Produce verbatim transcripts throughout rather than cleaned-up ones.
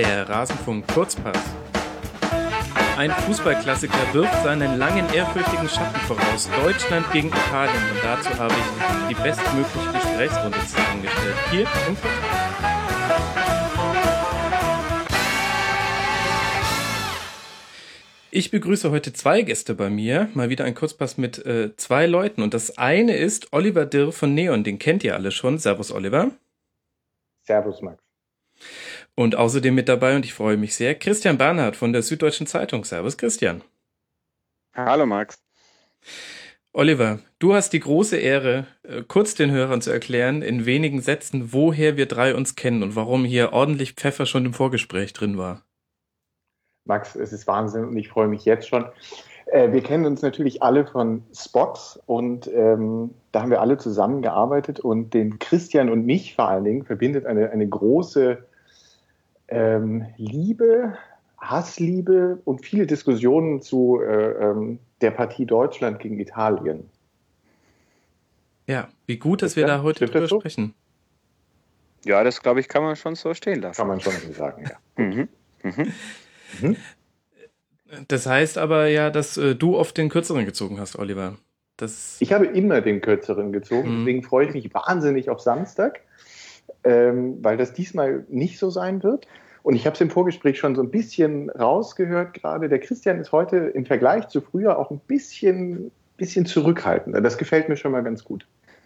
Der Rasenfunk Kurzpass. Ein Fußballklassiker wirft seinen langen, ehrfürchtigen Schatten voraus. Deutschland gegen Italien. Und dazu habe ich die bestmögliche Gesprächsrunde zusammengestellt. Hier im Kurzpass. Ich begrüße heute zwei Gäste bei mir. Mal wieder ein Kurzpass mit äh, zwei Leuten. Und das eine ist Oliver Dirr von Neon. Den kennt ihr alle schon. Servus, Oliver. Servus, Max. Und außerdem mit dabei, und ich freue mich sehr, Christian Bernhard von der Süddeutschen Zeitung. Servus, Christian. Hallo, Max. Oliver, du hast die große Ehre, kurz den Hörern zu erklären, in wenigen Sätzen, woher wir drei uns kennen und warum hier ordentlich Pfeffer schon im Vorgespräch drin war. Max, es ist Wahnsinn und ich freue mich jetzt schon. Äh, wir kennen uns natürlich alle von Spots und ähm, da haben wir alle zusammengearbeitet und den Christian und mich vor allen Dingen verbindet eine, eine große ähm, Liebe, Hassliebe und viele Diskussionen zu äh, ähm, der Partie Deutschland gegen Italien. Ja, wie gut, dass wir da heute drüber so? sprechen. Ja, das glaube ich, kann man schon so stehen lassen. Kann man schon so sagen, ja. Mhm. Mhm. Mhm. Das heißt aber ja, dass äh, du oft den Kürzeren gezogen hast, Oliver. Das Ich habe immer den Kürzeren gezogen, Mhm. deswegen freue ich mich wahnsinnig auf Samstag, ähm, weil das diesmal nicht so sein wird. Und ich habe es im Vorgespräch schon so ein bisschen rausgehört gerade. Der Christian ist heute im Vergleich zu früher auch ein bisschen, bisschen zurückhaltender. Das gefällt mir schon mal ganz gut.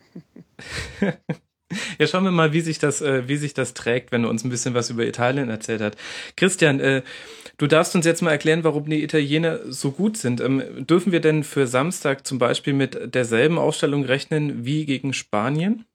Ja, schauen wir mal, wie sich das, äh, wie sich das trägt, wenn er uns ein bisschen was über Italien erzählt hat. Christian, äh, du darfst uns jetzt mal erklären, warum die Italiener so gut sind. Ähm, dürfen wir denn für Samstag zum Beispiel mit derselben Aufstellung rechnen wie gegen Spanien?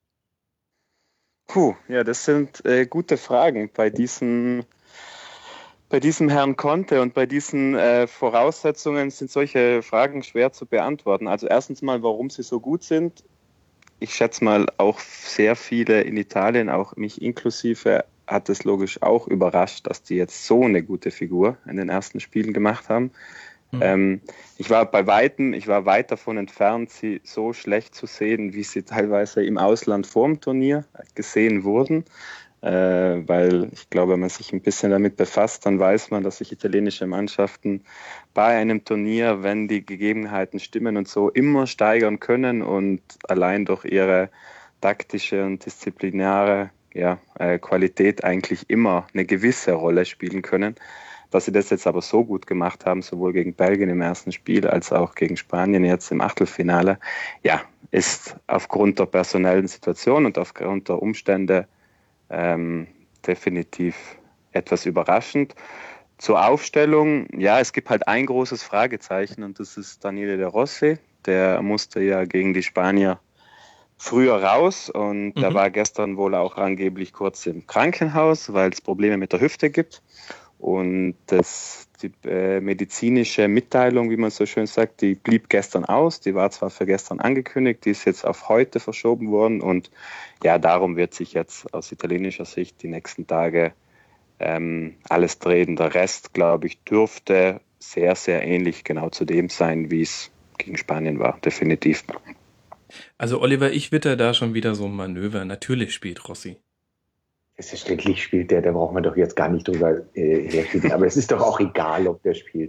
Puh, ja, das sind äh, gute Fragen bei diesem, bei diesem Herrn Conte und bei diesen äh, Voraussetzungen sind solche Fragen schwer zu beantworten. Also erstens mal, warum sie so gut sind. Ich schätze mal, auch sehr viele in Italien, auch mich inklusive, hat es logisch auch überrascht, dass die jetzt so eine gute Figur in den ersten Spielen gemacht haben. Mhm. Ähm, ich war bei Weitem, ich war weit davon entfernt, sie so schlecht zu sehen, wie sie teilweise im Ausland vor dem Turnier gesehen wurden. Äh, weil ich glaube, wenn man sich ein bisschen damit befasst, dann weiß man, dass sich italienische Mannschaften bei einem Turnier, wenn die Gegebenheiten stimmen und so, immer steigern können und allein durch ihre taktische und disziplinäre ja, äh, Qualität eigentlich immer eine gewisse Rolle spielen können. Dass sie das jetzt aber so gut gemacht haben, sowohl gegen Belgien im ersten Spiel als auch gegen Spanien jetzt im Achtelfinale, ja, ist aufgrund der personellen Situation und aufgrund der Umstände ähm, definitiv etwas überraschend. Zur Aufstellung, ja, es gibt halt ein großes Fragezeichen und das ist Daniele De Rossi. Der musste ja gegen die Spanier früher raus und mhm. der war gestern wohl auch angeblich kurz im Krankenhaus, weil es Probleme mit der Hüfte gibt. Und das, die äh, medizinische Mitteilung, wie man so schön sagt, die blieb gestern aus. Die war zwar für gestern angekündigt, die ist jetzt auf heute verschoben worden. Und ja, darum wird sich jetzt aus italienischer Sicht die nächsten Tage ähm, alles drehen. Der Rest, glaube ich, dürfte sehr, sehr ähnlich genau zu dem sein, wie es gegen Spanien war, definitiv. Also Oliver, ich witter da schon wieder so ein Manöver. Natürlich spielt Rossi. Selbstverständlich spielt der, da braucht man doch jetzt gar nicht drüber äh, herspielen. Aber es ist doch auch egal, ob der spielt.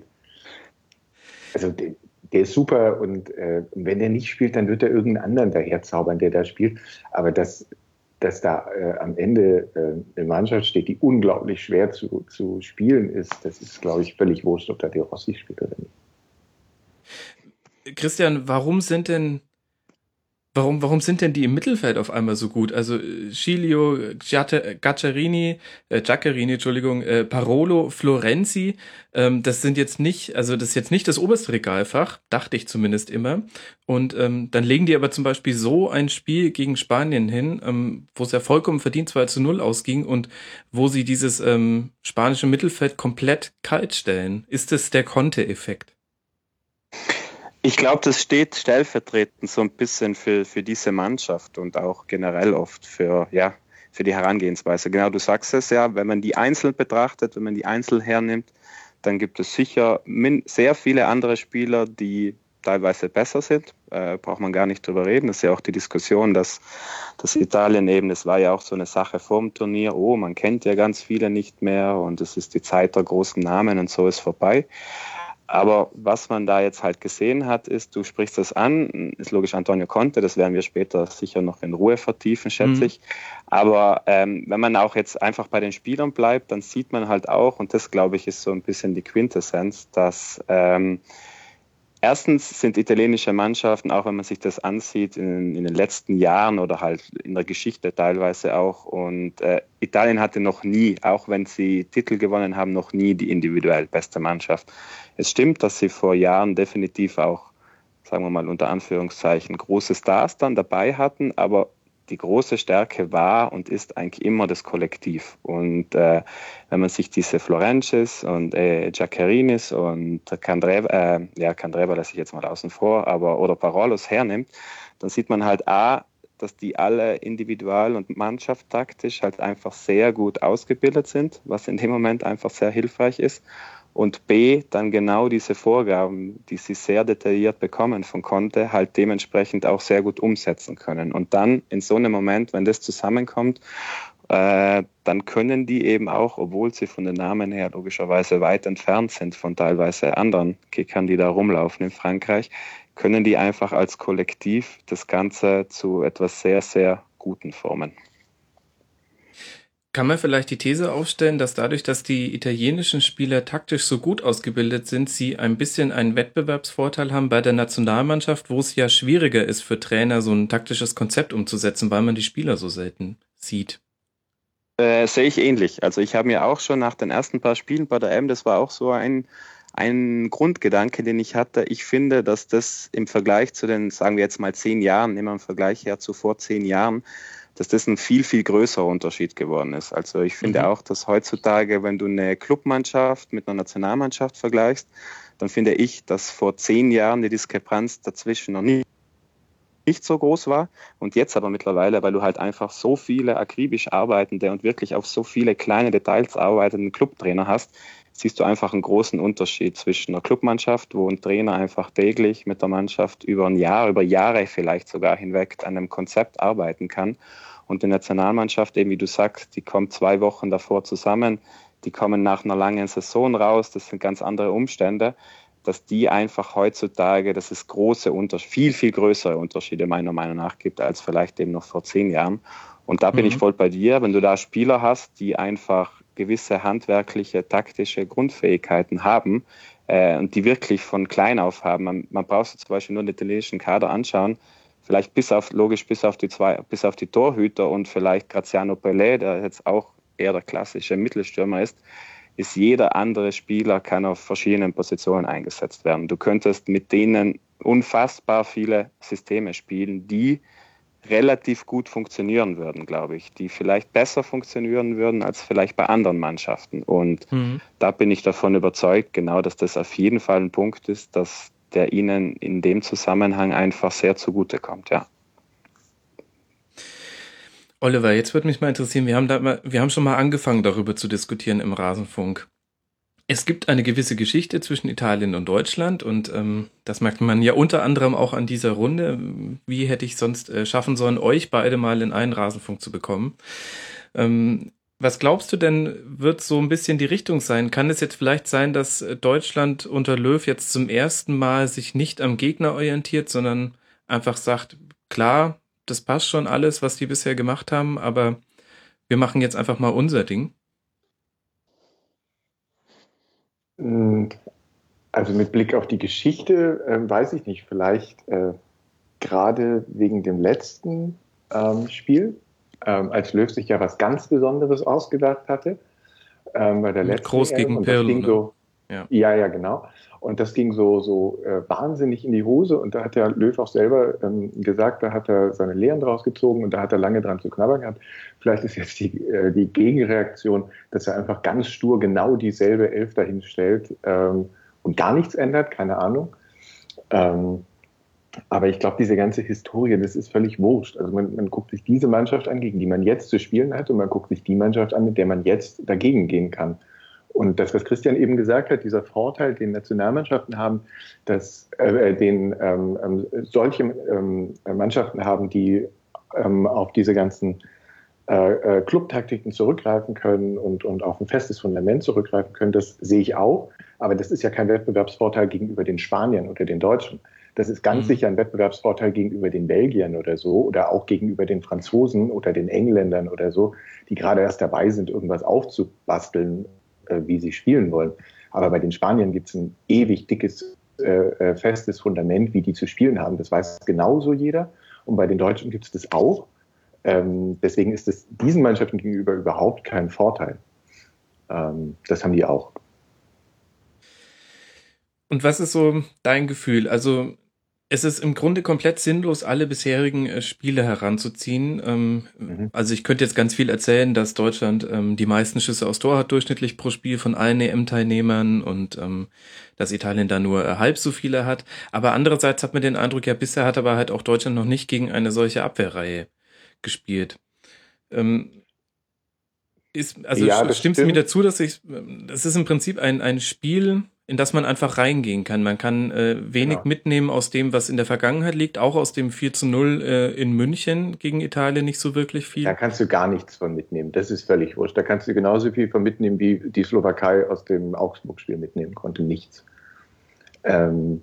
Also der, der ist super und äh, wenn der nicht spielt, dann wird er irgendeinen anderen daherzaubern, der da spielt. Aber dass, dass da äh, am Ende äh, eine Mannschaft steht, die unglaublich schwer zu, zu spielen ist, das ist, glaube ich, völlig wurscht, ob da der Rossi spielt oder nicht. Christian, warum sind denn Warum, warum sind denn die im Mittelfeld auf einmal so gut? Also Giglio, Giaccherini, äh, Giaccherini, Entschuldigung, äh, Parolo, Florenzi, ähm, das sind jetzt nicht, also das ist jetzt nicht das oberste Regalfach, dachte ich zumindest immer. Und ähm, dann legen die aber zum Beispiel so ein Spiel gegen Spanien hin, ähm, wo es ja vollkommen verdient zwei zu null ausging und wo sie dieses ähm, spanische Mittelfeld komplett kalt stellen. Ist das der Conte-Effekt? Ich glaube, das steht stellvertretend so ein bisschen für, für diese Mannschaft und auch generell oft für, ja, für die Herangehensweise. Genau, du sagst es ja, wenn man die einzeln betrachtet, wenn man die einzeln hernimmt, dann gibt es sicher min- sehr viele andere Spieler, die teilweise besser sind, äh, braucht man gar nicht drüber reden. Das ist ja auch die Diskussion, dass, dass Italien eben, das war ja auch so eine Sache vorm Turnier, oh, man kennt ja ganz viele nicht mehr und es ist die Zeit der großen Namen und so ist vorbei. Aber was man da jetzt halt gesehen hat, ist, du sprichst das an, ist logisch Antonio Conte, das werden wir später sicher noch in Ruhe vertiefen, schätze mhm. ich. Aber ähm, wenn man auch jetzt einfach bei den Spielern bleibt, dann sieht man halt auch, und das glaube ich ist so ein bisschen die Quintessenz, dass ähm, erstens sind italienische Mannschaften, auch wenn man sich das ansieht, in, in den letzten Jahren oder halt in der Geschichte teilweise auch, und äh, Italien hatte noch nie, auch wenn sie Titel gewonnen haben, noch nie die individuell beste Mannschaft. Es stimmt, dass sie vor Jahren definitiv auch, sagen wir mal unter Anführungszeichen, große Stars dann dabei hatten, aber die große Stärke war und ist eigentlich immer das Kollektiv. Und äh, wenn man sich diese Florencis und äh, Giaccherinis und Candreva, äh, ja, Candreva lasse ich jetzt mal außen vor, aber oder Parolos hernimmt, dann sieht man halt A, dass die alle individual und mannschaftstaktisch halt einfach sehr gut ausgebildet sind, was in dem Moment einfach sehr hilfreich ist. Und B, dann genau diese Vorgaben, die sie sehr detailliert bekommen von Conte, halt dementsprechend auch sehr gut umsetzen können. Und dann in so einem Moment, wenn das zusammenkommt, äh, dann können die eben auch, obwohl sie von den Namen her logischerweise weit entfernt sind von teilweise anderen Kickern, die da rumlaufen in Frankreich, können die einfach als Kollektiv das Ganze zu etwas sehr, sehr Guten formen. Kann man vielleicht die These aufstellen, dass dadurch, dass die italienischen Spieler taktisch so gut ausgebildet sind, sie ein bisschen einen Wettbewerbsvorteil haben bei der Nationalmannschaft, wo es ja schwieriger ist für Trainer, so ein taktisches Konzept umzusetzen, weil man die Spieler so selten sieht? Äh, sehe ich ähnlich. Also ich habe mir auch schon nach den ersten paar Spielen bei der E M, das war auch so ein, ein Grundgedanke, den ich hatte. Ich finde, dass das im Vergleich zu den, sagen wir jetzt mal zehn Jahren, nehmen wir im Vergleich her zu vor zehn Jahren, dass das ein viel, viel größerer Unterschied geworden ist. Also ich finde mhm. auch, dass heutzutage, wenn du eine Clubmannschaft mit einer Nationalmannschaft vergleichst, dann finde ich, dass vor zehn Jahren die Diskrepanz dazwischen noch nie nicht so groß war und jetzt aber mittlerweile, weil du halt einfach so viele akribisch arbeitende und wirklich auf so viele kleine Details arbeitende Clubtrainer hast, siehst du einfach einen großen Unterschied zwischen einer Clubmannschaft, wo ein Trainer einfach täglich mit der Mannschaft über ein Jahr, über Jahre vielleicht sogar hinweg an einem Konzept arbeiten kann, und die Nationalmannschaft, eben wie du sagst, die kommt zwei Wochen davor zusammen, die kommen nach einer langen Saison raus, das sind ganz andere Umstände, dass die einfach heutzutage, dass es große Unterschiede, viel, viel größere Unterschiede meiner Meinung nach gibt, als vielleicht eben noch vor zehn Jahren. Und da bin mhm. ich voll bei dir, wenn du da Spieler hast, die einfach gewisse handwerkliche, taktische Grundfähigkeiten haben äh, und die wirklich von klein auf haben. Man, man braucht sich zum Beispiel nur den italienischen Kader anschauen, vielleicht bis auf, logisch bis auf die zwei, bis auf die Torhüter und vielleicht Graziano Pelé, der jetzt auch eher der klassische Mittelstürmer ist, ist jeder andere Spieler, kann auf verschiedenen Positionen eingesetzt werden. Du könntest mit denen unfassbar viele Systeme spielen, die relativ gut funktionieren würden, glaube ich, die vielleicht besser funktionieren würden als vielleicht bei anderen Mannschaften. Und mhm. da bin ich davon überzeugt, genau, dass das auf jeden Fall ein Punkt ist, dass der ihnen in dem Zusammenhang einfach sehr zugutekommt, ja. Oliver, jetzt würde mich mal interessieren, wir haben da mal, wir haben schon mal angefangen, darüber zu diskutieren im Rasenfunk. Es gibt eine gewisse Geschichte zwischen Italien und Deutschland und ähm, das merkt man ja unter anderem auch an dieser Runde. Wie hätte ich sonst äh, schaffen sollen, euch beide mal in einen Rasenfunk zu bekommen? Ähm, was glaubst du denn, wird so ein bisschen die Richtung sein? Kann es jetzt vielleicht sein, dass Deutschland unter Löw jetzt zum ersten Mal sich nicht am Gegner orientiert, sondern einfach sagt, klar, das passt schon alles, was die bisher gemacht haben, aber wir machen jetzt einfach mal unser Ding? Also mit Blick auf die Geschichte äh, weiß ich nicht, vielleicht äh, gerade wegen dem letzten ähm, Spiel, ähm, als Löw sich ja was ganz Besonderes ausgedacht hatte, ähm, bei der mit letzten Groß gegen Pirlo, ging ne? so, ja. ja, ja, genau. Und das ging so, so äh, wahnsinnig in die Hose. Und da hat der Löw auch selber ähm, gesagt, da hat er seine Lehren draus gezogen und da hat er lange dran zu knabbern gehabt. Vielleicht ist jetzt die, äh, die Gegenreaktion, dass er einfach ganz stur genau dieselbe Elf dahin stellt ähm, und gar nichts ändert, keine Ahnung. Ähm, aber ich glaube, diese ganze Historie, das ist völlig wurscht. Also man, man guckt sich diese Mannschaft an, gegen die man jetzt zu spielen hat, und man guckt sich die Mannschaft an, mit der man jetzt dagegen gehen kann. Und das, was Christian eben gesagt hat, dieser Vorteil, den Nationalmannschaften haben, dass äh, den ähm, solche ähm, Mannschaften haben, die ähm, auf diese ganzen äh, Clubtaktiken zurückgreifen können und, und auf ein festes Fundament zurückgreifen können, das sehe ich auch. Aber das ist ja kein Wettbewerbsvorteil gegenüber den Spaniern oder den Deutschen. Das ist ganz mhm. sicher ein Wettbewerbsvorteil gegenüber den Belgiern oder so oder auch gegenüber den Franzosen oder den Engländern oder so, die gerade erst dabei sind, irgendwas aufzubasteln, äh, wie sie spielen wollen. Aber bei den Spaniern gibt es ein ewig dickes, äh, festes Fundament, wie die zu spielen haben. Das weiß genauso jeder. Und bei den Deutschen gibt es das auch. Ähm, deswegen ist es diesen Mannschaften gegenüber überhaupt kein Vorteil. Ähm, das haben die auch. Und was ist so dein Gefühl? Also es ist im Grunde komplett sinnlos, alle bisherigen äh, Spiele heranzuziehen. Ähm, mhm. Also ich könnte jetzt ganz viel erzählen, dass Deutschland ähm, die meisten Schüsse aufs Tor hat durchschnittlich pro Spiel von allen E M-Teilnehmern und ähm, dass Italien da nur äh, halb so viele hat. Aber andererseits hat man den Eindruck, ja bisher hat aber halt auch Deutschland noch nicht gegen eine solche Abwehrreihe gespielt. Ähm, ist, also ja, stimmst du mir dazu, dass ich, das ist im Prinzip ein, ein Spiel, in das man einfach reingehen kann. Man kann äh, wenig genau. mitnehmen aus dem, was in der Vergangenheit liegt, auch aus dem vier zu null äh, in München gegen Italien nicht so wirklich viel. Da kannst du gar nichts von mitnehmen, das ist völlig wurscht. Da kannst du genauso viel von mitnehmen, wie die Slowakei aus dem Augsburg-Spiel mitnehmen konnte, nichts. Ähm,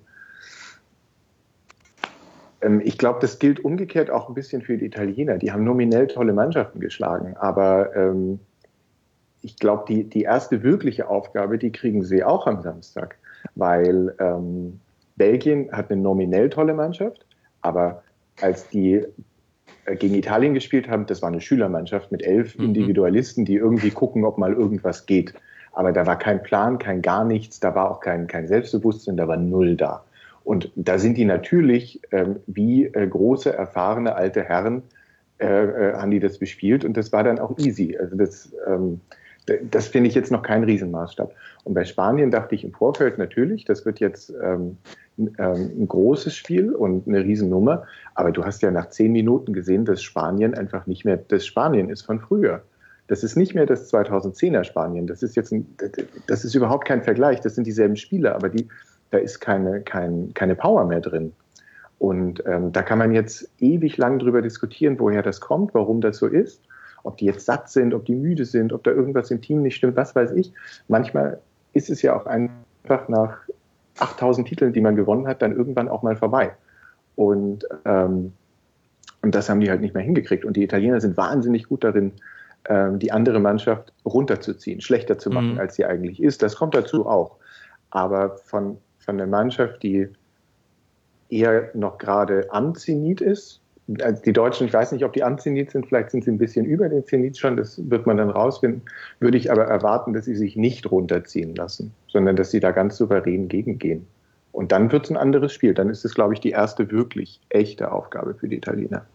ähm, ich glaube, das gilt umgekehrt auch ein bisschen für die Italiener. Die haben nominell tolle Mannschaften geschlagen, aber ähm, ich glaube, die, die erste wirkliche Aufgabe, die kriegen sie auch am Samstag, weil ähm, Belgien hat eine nominell tolle Mannschaft, aber als die äh, gegen Italien gespielt haben, das war eine Schülermannschaft mit elf mhm. Individualisten, die irgendwie gucken, ob mal irgendwas geht. Aber da war kein Plan, kein gar nichts, da war auch kein, kein Selbstbewusstsein, da war null da. Und da sind die natürlich ähm, wie äh, große, erfahrene alte Herren, äh, äh, haben die das bespielt und das war dann auch easy. Also das... Ähm, Das finde ich jetzt noch kein Riesenmaßstab. Und bei Spanien dachte ich im Vorfeld natürlich, das wird jetzt ähm, ähm, ein großes Spiel und eine Riesennummer. Aber du hast ja nach zehn Minuten gesehen, dass Spanien einfach nicht mehr das Spanien ist von früher. Das ist nicht mehr das zweitausendzehner Spanien. Das ist jetzt ein, das ist überhaupt kein Vergleich. Das sind dieselben Spieler, aber die, da ist keine, kein, keine Power mehr drin. Und ähm, da kann man jetzt ewig lang drüber diskutieren, woher das kommt, warum das so ist. Ob die jetzt satt sind, ob die müde sind, ob da irgendwas im Team nicht stimmt, was weiß ich. Manchmal ist es ja auch einfach nach achttausend Titeln, die man gewonnen hat, dann irgendwann auch mal vorbei. Und, ähm, und das haben die halt nicht mehr hingekriegt. Und die Italiener sind wahnsinnig gut darin, ähm, die andere Mannschaft runterzuziehen, schlechter zu machen, mhm. als sie eigentlich ist. Das kommt dazu auch. Aber von, von der Mannschaft, die eher noch gerade am Zenit ist, also die Deutschen, ich weiß nicht, ob die am Zenit sind, vielleicht sind sie ein bisschen über den Zenit schon, das wird man dann rausfinden, würde ich aber erwarten, dass sie sich nicht runterziehen lassen, sondern dass sie da ganz souverän gegengehen. Und dann wird es ein anderes Spiel. Dann ist es, glaube ich, die erste wirklich echte Aufgabe für die Italiener.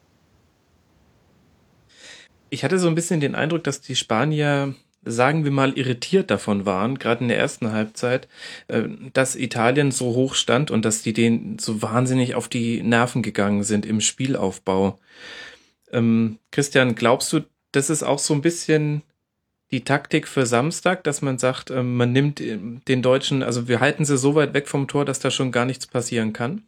Ich hatte so ein bisschen den Eindruck, dass die Spanier, sagen wir mal, irritiert davon waren, gerade in der ersten Halbzeit, dass Italien so hoch stand und dass die denen so wahnsinnig auf die Nerven gegangen sind im Spielaufbau. Ähm, Christian, glaubst du, das ist auch so ein bisschen die Taktik für Samstag, dass man sagt, man nimmt den Deutschen, also wir halten sie so weit weg vom Tor, dass da schon gar nichts passieren kann?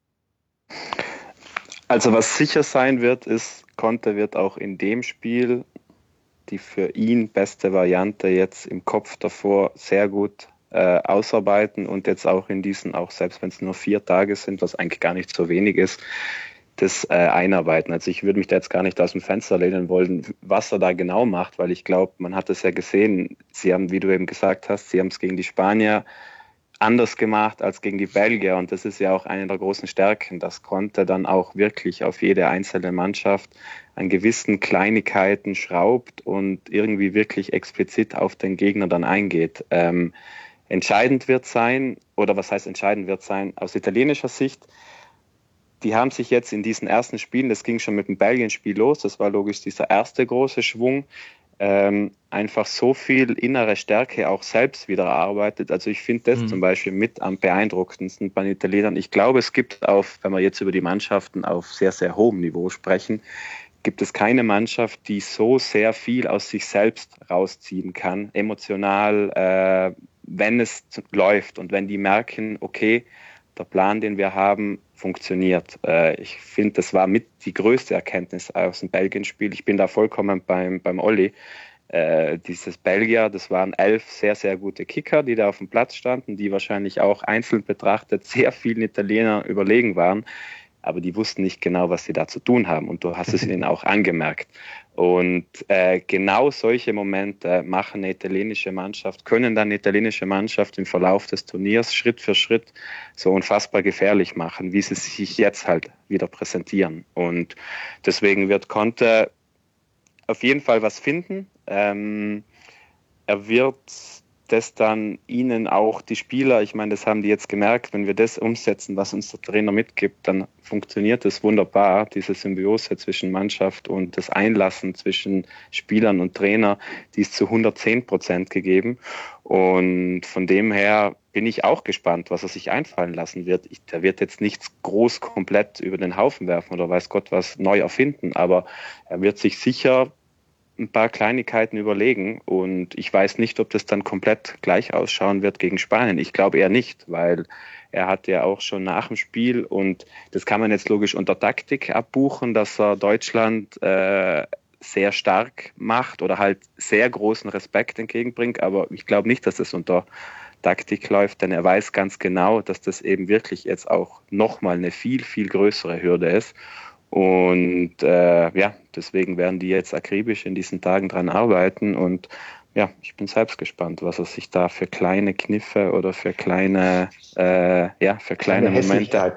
Also was sicher sein wird, ist, Conte wird auch in dem Spiel die für ihn beste Variante jetzt im Kopf davor sehr gut äh, ausarbeiten und jetzt auch in diesen, auch selbst wenn es nur vier Tage sind, was eigentlich gar nicht so wenig ist, das äh, einarbeiten. Also ich würde mich da jetzt gar nicht aus dem Fenster lehnen wollen, was er da genau macht, weil ich glaube, man hat es ja gesehen, sie haben, wie du eben gesagt hast, sie haben es gegen die Spanier anders gemacht als gegen die Belgier und das ist ja auch eine der großen Stärken, dass Conte dann auch wirklich auf jede einzelne Mannschaft an gewissen Kleinigkeiten schraubt und irgendwie wirklich explizit auf den Gegner dann eingeht. Ähm, entscheidend wird sein, oder was heißt entscheidend wird sein, aus italienischer Sicht, die haben sich jetzt in diesen ersten Spielen, das ging schon mit dem Belgien-Spiel los, das war logisch dieser erste große Schwung, ähm, einfach so viel innere Stärke auch selbst wieder erarbeitet. Also ich finde das mhm. zum Beispiel mit am beeindruckendsten bei den Italienern. Ich glaube, es gibt auf, wenn wir jetzt über die Mannschaften auf sehr, sehr hohem Niveau sprechen, gibt es keine Mannschaft, die so sehr viel aus sich selbst rausziehen kann, emotional, äh, wenn es läuft und wenn die merken, okay, der Plan, den wir haben, funktioniert. Äh, ich finde, das war mit die größte Erkenntnis aus dem Belgien-Spiel. Ich bin da vollkommen beim, beim Olli. Äh, dieses Belgier, das waren elf sehr, sehr gute Kicker, die da auf dem Platz standen, die wahrscheinlich auch einzeln betrachtet sehr vielen Italienern überlegen waren. Aber die wussten nicht genau, was sie da zu tun haben. Und du hast es ihnen auch angemerkt. Und äh, genau solche Momente machen eine italienische Mannschaft, können dann eine italienische Mannschaft im Verlauf des Turniers Schritt für Schritt so unfassbar gefährlich machen, wie sie sich jetzt halt wieder präsentieren. Und deswegen wird Conte auf jeden Fall was finden. Ähm, er wird das dann ihnen auch die Spieler, ich meine, das haben die jetzt gemerkt, wenn wir das umsetzen, was uns der Trainer mitgibt, dann funktioniert das wunderbar, diese Symbiose zwischen Mannschaft und das Einlassen zwischen Spielern und Trainer, die ist zu hundertzehn Prozent gegeben. Und von dem her bin ich auch gespannt, was er sich einfallen lassen wird. Ich, der wird jetzt nichts groß komplett über den Haufen werfen oder weiß Gott was neu erfinden, aber er wird sich sicher ein paar Kleinigkeiten überlegen und ich weiß nicht, ob das dann komplett gleich ausschauen wird gegen Spanien. Ich glaube eher nicht, weil er hat ja auch schon nach dem Spiel und das kann man jetzt logisch unter Taktik abbuchen, dass er Deutschland äh, sehr stark macht oder halt sehr großen Respekt entgegenbringt, aber ich glaube nicht, dass das unter Taktik läuft, denn er weiß ganz genau, dass das eben wirklich jetzt auch nochmal eine viel, viel größere Hürde ist. Und äh, ja, deswegen werden die jetzt akribisch in diesen Tagen dran arbeiten und ja, ich bin selbst gespannt, was er sich da für kleine Kniffe oder für kleine, äh, ja, für kleine, kleine Momente.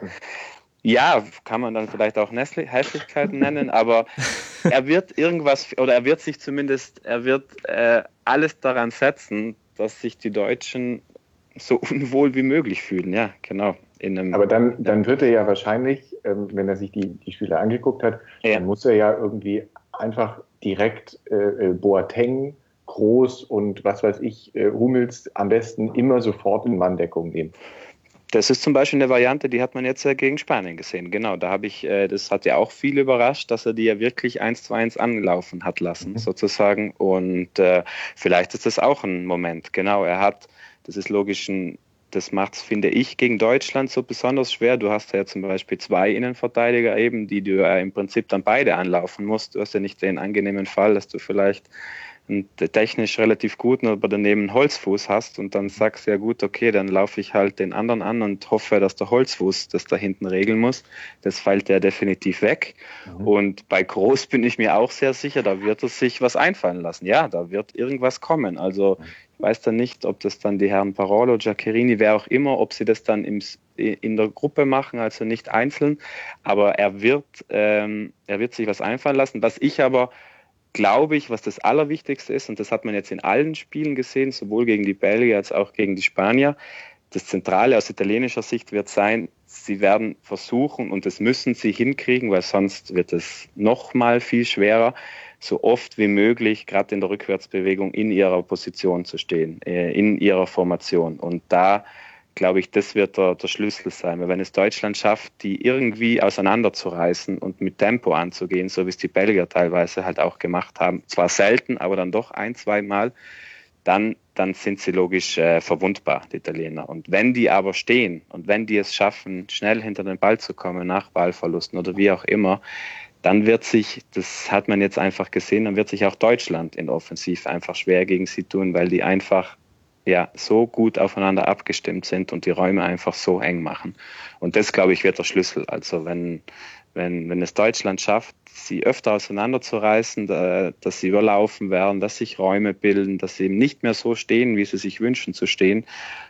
Ja, kann man dann vielleicht auch Hässlichkeiten nennen, aber er wird irgendwas oder er wird sich zumindest, er wird äh, alles daran setzen, dass sich die Deutschen so unwohl wie möglich fühlen, ja, genau. In einem, aber dann, dann wird er ja wahrscheinlich, ähm, wenn er sich die, die Spiele angeguckt hat, ja. dann muss er ja irgendwie einfach direkt äh, Boateng, Groß und was weiß ich, äh, Hummels am besten immer sofort in Manndeckung nehmen. Das ist zum Beispiel eine Variante, die hat man jetzt ja gegen Spanien gesehen. Genau, da habe ich, äh, das hat ja auch viel überrascht, dass er die ja wirklich eins zu eins anlaufen hat lassen, mhm. sozusagen. Und äh, vielleicht ist das auch ein Moment. Genau, er hat, das ist logisch ein Das macht es, finde ich, gegen Deutschland so besonders schwer. Du hast ja zum Beispiel zwei Innenverteidiger eben, die du ja im Prinzip dann beide anlaufen musst. Du hast ja nicht den angenehmen Fall, dass du vielleicht einen technisch relativ guten, aber daneben einen Holzfuß hast und dann sagst du ja gut, okay, dann laufe ich halt den anderen an und hoffe, dass der Holzfuß das da hinten regeln muss. Das fällt ja definitiv weg. Mhm. Und bei Groß bin ich mir auch sehr sicher, da wird es sich was einfallen lassen. Ja, da wird irgendwas kommen. Also ich weiß dann nicht, ob das dann die Herren Parolo, Giaccherini, wer auch immer, ob sie das dann im, in der Gruppe machen, also nicht einzeln. Aber er wird, ähm, er wird sich was einfallen lassen. Was ich aber, glaube ich, was das Allerwichtigste ist, und das hat man jetzt in allen Spielen gesehen, sowohl gegen die Belgier als auch gegen die Spanier, das Zentrale aus italienischer Sicht wird sein, sie werden versuchen, und das müssen sie hinkriegen, weil sonst wird es noch mal viel schwerer, so oft wie möglich, gerade in der Rückwärtsbewegung, in ihrer Position zu stehen, in ihrer Formation. Und da, glaube ich, das wird der, der Schlüssel sein. Weil wenn es Deutschland schafft, die irgendwie auseinanderzureißen und mit Tempo anzugehen, so wie es die Belgier teilweise halt auch gemacht haben, zwar selten, aber dann doch ein, zwei Mal, dann, dann sind sie logisch äh, verwundbar, die Italiener. Und wenn die aber stehen und wenn die es schaffen, schnell hinter den Ball zu kommen nach Ballverlusten oder wie auch immer, dann wird sich, das hat man jetzt einfach gesehen, dann wird sich auch Deutschland in der Offensive einfach schwer gegen sie tun, weil die einfach ja so gut aufeinander abgestimmt sind und die Räume einfach so eng machen. Und das, glaube ich, wird der Schlüssel. Also wenn, wenn, wenn es Deutschland schafft, sie öfter auseinanderzureißen, dass sie überlaufen werden, dass sich Räume bilden, dass sie eben nicht mehr so stehen, wie sie sich wünschen zu stehen,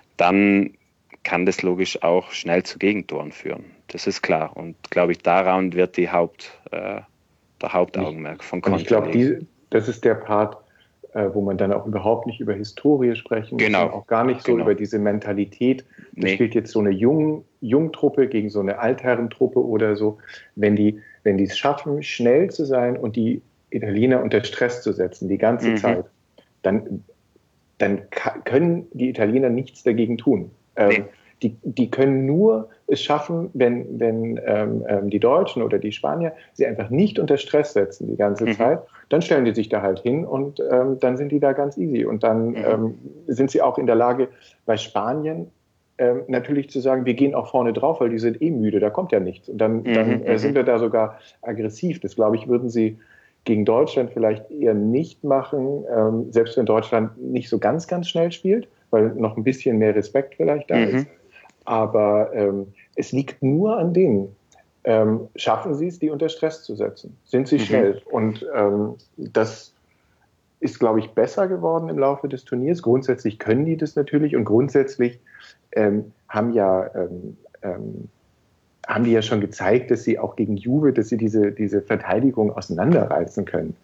dann kann das logisch auch schnell zu Gegentoren führen. Das ist klar. Und glaube ich, daran wird die Haupt, äh, der Hauptaugenmerk von Conte. Und ich glaube, das ist der Part, äh, wo man dann auch überhaupt nicht über Historie sprechen muss, genau. und auch gar nicht so genau. über diese Mentalität. Das nee. spielt jetzt so eine Jung, Jungtruppe gegen so eine Altherrentruppe oder so. Wenn die, wenn die es schaffen, schnell zu sein und die Italiener unter Stress zu setzen, die ganze mhm. Zeit, dann, dann können die Italiener nichts dagegen tun. Nee. Ähm, Die, die können nur es schaffen, wenn, wenn ähm, ähm, die Deutschen oder die Spanier sie einfach nicht unter Stress setzen die ganze Mhm. Zeit. Dann stellen die sich da halt hin und ähm, dann sind die da ganz easy. Und dann Mhm. ähm, sind sie auch in der Lage, bei Spanien ähm, natürlich zu sagen, wir gehen auch vorne drauf, weil die sind eh müde, da kommt ja nichts. Und dann, Mhm. dann äh, Mhm. sind wir da sogar aggressiv. Das, glaube ich, würden sie gegen Deutschland vielleicht eher nicht machen, ähm, selbst wenn Deutschland nicht so ganz, ganz schnell spielt, weil noch ein bisschen mehr Respekt vielleicht da Mhm. ist. Aber ähm, es liegt nur an denen. Ähm, schaffen sie es, die unter Stress zu setzen? Sind sie Mhm. schnell? Und ähm, das ist, glaube ich, besser geworden im Laufe des Turniers. Grundsätzlich können die das natürlich und grundsätzlich ähm, haben ja ähm, ähm, haben die ja schon gezeigt, dass sie auch gegen Juve, dass sie diese, diese Verteidigung auseinanderreißen können.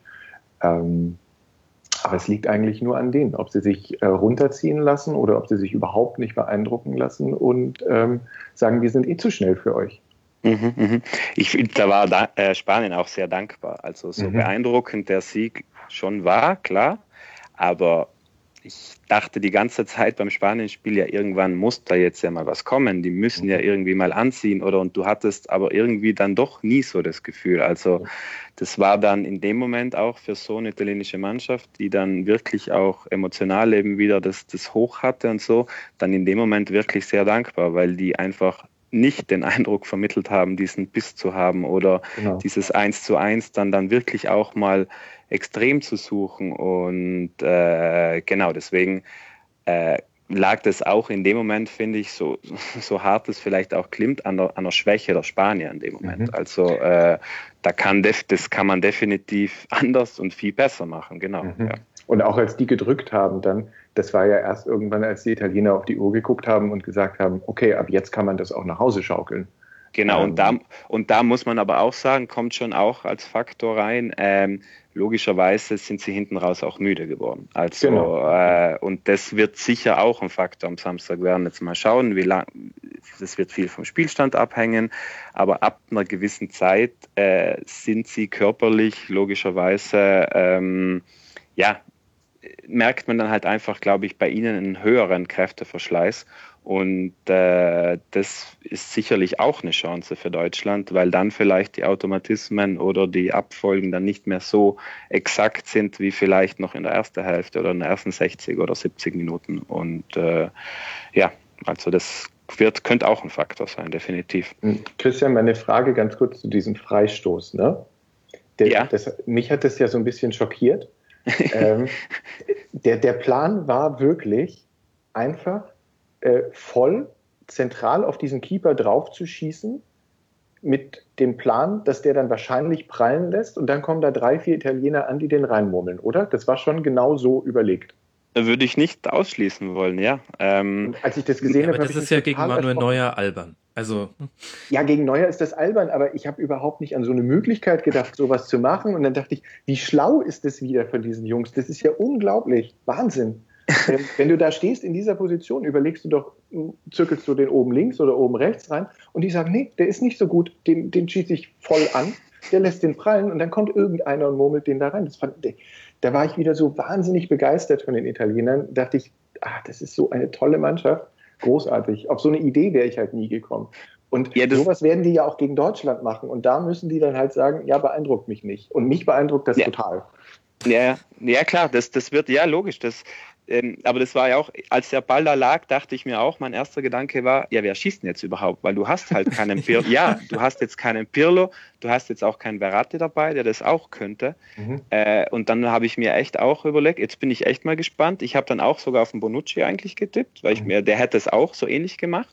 Ähm, aber es liegt eigentlich nur an denen, ob sie sich äh, runterziehen lassen oder ob sie sich überhaupt nicht beeindrucken lassen und ähm, sagen, wir sind eh zu schnell für euch. Mhm, mhm. Ich finde, da war da, äh, Spanien auch sehr dankbar. Also so Mhm. beeindruckend der Sieg schon war, klar. Aber ich dachte die ganze Zeit beim Spanien-Spiel, ja, irgendwann muss da jetzt ja mal was kommen. Die müssen Mhm. ja irgendwie mal anziehen, oder? Und du hattest aber irgendwie dann doch nie so das Gefühl. Also das war dann in dem Moment auch für so eine italienische Mannschaft, die dann wirklich auch emotional eben wieder das, das Hoch hatte und so, dann in dem Moment wirklich sehr dankbar, weil die einfach nicht den Eindruck vermittelt haben, diesen Biss zu haben oder Genau. dieses Eins zu Eins dann dann wirklich auch mal extrem zu suchen. Und äh, genau, deswegen äh, lag das auch in dem Moment, finde ich, so, so hart es vielleicht auch klingt, an der, an der Schwäche der Spanier in dem Moment. Mhm. Also äh, da kann def, das kann man definitiv anders und viel besser machen, genau. Mhm. Ja. Und auch als die gedrückt haben, dann, das war ja erst irgendwann, als die Italiener auf die Uhr geguckt haben und gesagt haben, okay, ab jetzt kann man das auch nach Hause schaukeln. Genau, Ähm, und da, und da muss man aber auch sagen, kommt schon auch als Faktor rein, ähm, logischerweise sind sie hinten raus auch müde geworden. Also, Genau. äh, und das wird sicher auch ein Faktor am Samstag. Wir werden jetzt mal schauen, wie lang, das wird viel vom Spielstand abhängen, aber ab einer gewissen Zeit äh, sind sie körperlich logischerweise, ähm, ja, merkt man dann halt einfach, glaube ich, bei ihnen einen höheren Kräfteverschleiß. Und äh, das ist sicherlich auch eine Chance für Deutschland, weil dann vielleicht die Automatismen oder die Abfolgen dann nicht mehr so exakt sind wie vielleicht noch in der ersten Hälfte oder in den ersten sechzig oder siebzig Minuten. Und äh, ja, also das wird, könnte auch ein Faktor sein, definitiv. Christian, meine Frage ganz kurz zu diesem Freistoß. Ne? Der, Ja. das, mich hat das ja so ein bisschen schockiert. ähm, der, der Plan war wirklich einfach äh, voll zentral auf diesen Keeper drauf zu schießen, mit dem Plan, dass der dann wahrscheinlich prallen lässt und dann kommen da drei, vier Italiener an, die den reinmurmeln, oder? Das war schon genau so überlegt. Würde ich nicht ausschließen wollen, ja. Ähm, Und als ich das gesehen Ja, habe, aber habe das ich ist mich ja gegen total Manuel erschrocken. Neuer albern. Also, Ja, gegen Neuer ist das albern, aber ich habe überhaupt nicht an so eine Möglichkeit gedacht, sowas zu machen. Und dann dachte ich, wie schlau ist das wieder von diesen Jungs? Das ist ja unglaublich. Wahnsinn. ähm, wenn du da stehst in dieser Position, überlegst du doch, zirkelst du den oben links oder oben rechts rein und die sagen, nee, der ist nicht so gut, den, den schieße ich voll an, der lässt den prallen und dann kommt irgendeiner und murmelt den da rein. Das fand, da war ich wieder so wahnsinnig begeistert von den Italienern. Da dachte ich, ah, das ist so eine tolle Mannschaft. Großartig. Auf so eine Idee wäre ich halt nie gekommen. Und ja, das, sowas werden die ja auch gegen Deutschland machen. Und da müssen die dann halt sagen, ja, beeindruckt mich nicht. Und mich beeindruckt das ja. total. Ja, ja klar, das, das wird, ja logisch, das, ähm, aber das war ja auch, als der Ball da lag, dachte ich mir auch, mein erster Gedanke war, ja, wer schießt denn jetzt überhaupt? Weil du hast halt keinen Pirlo, ja, du hast jetzt keinen Pirlo, du hast jetzt auch keinen Verratti dabei, der das auch könnte. Mhm. Äh, und dann habe ich mir echt auch überlegt, jetzt bin ich echt mal gespannt. Ich habe dann auch sogar auf den Bonucci eigentlich getippt, weil ich mir, der hätte es auch so ähnlich gemacht.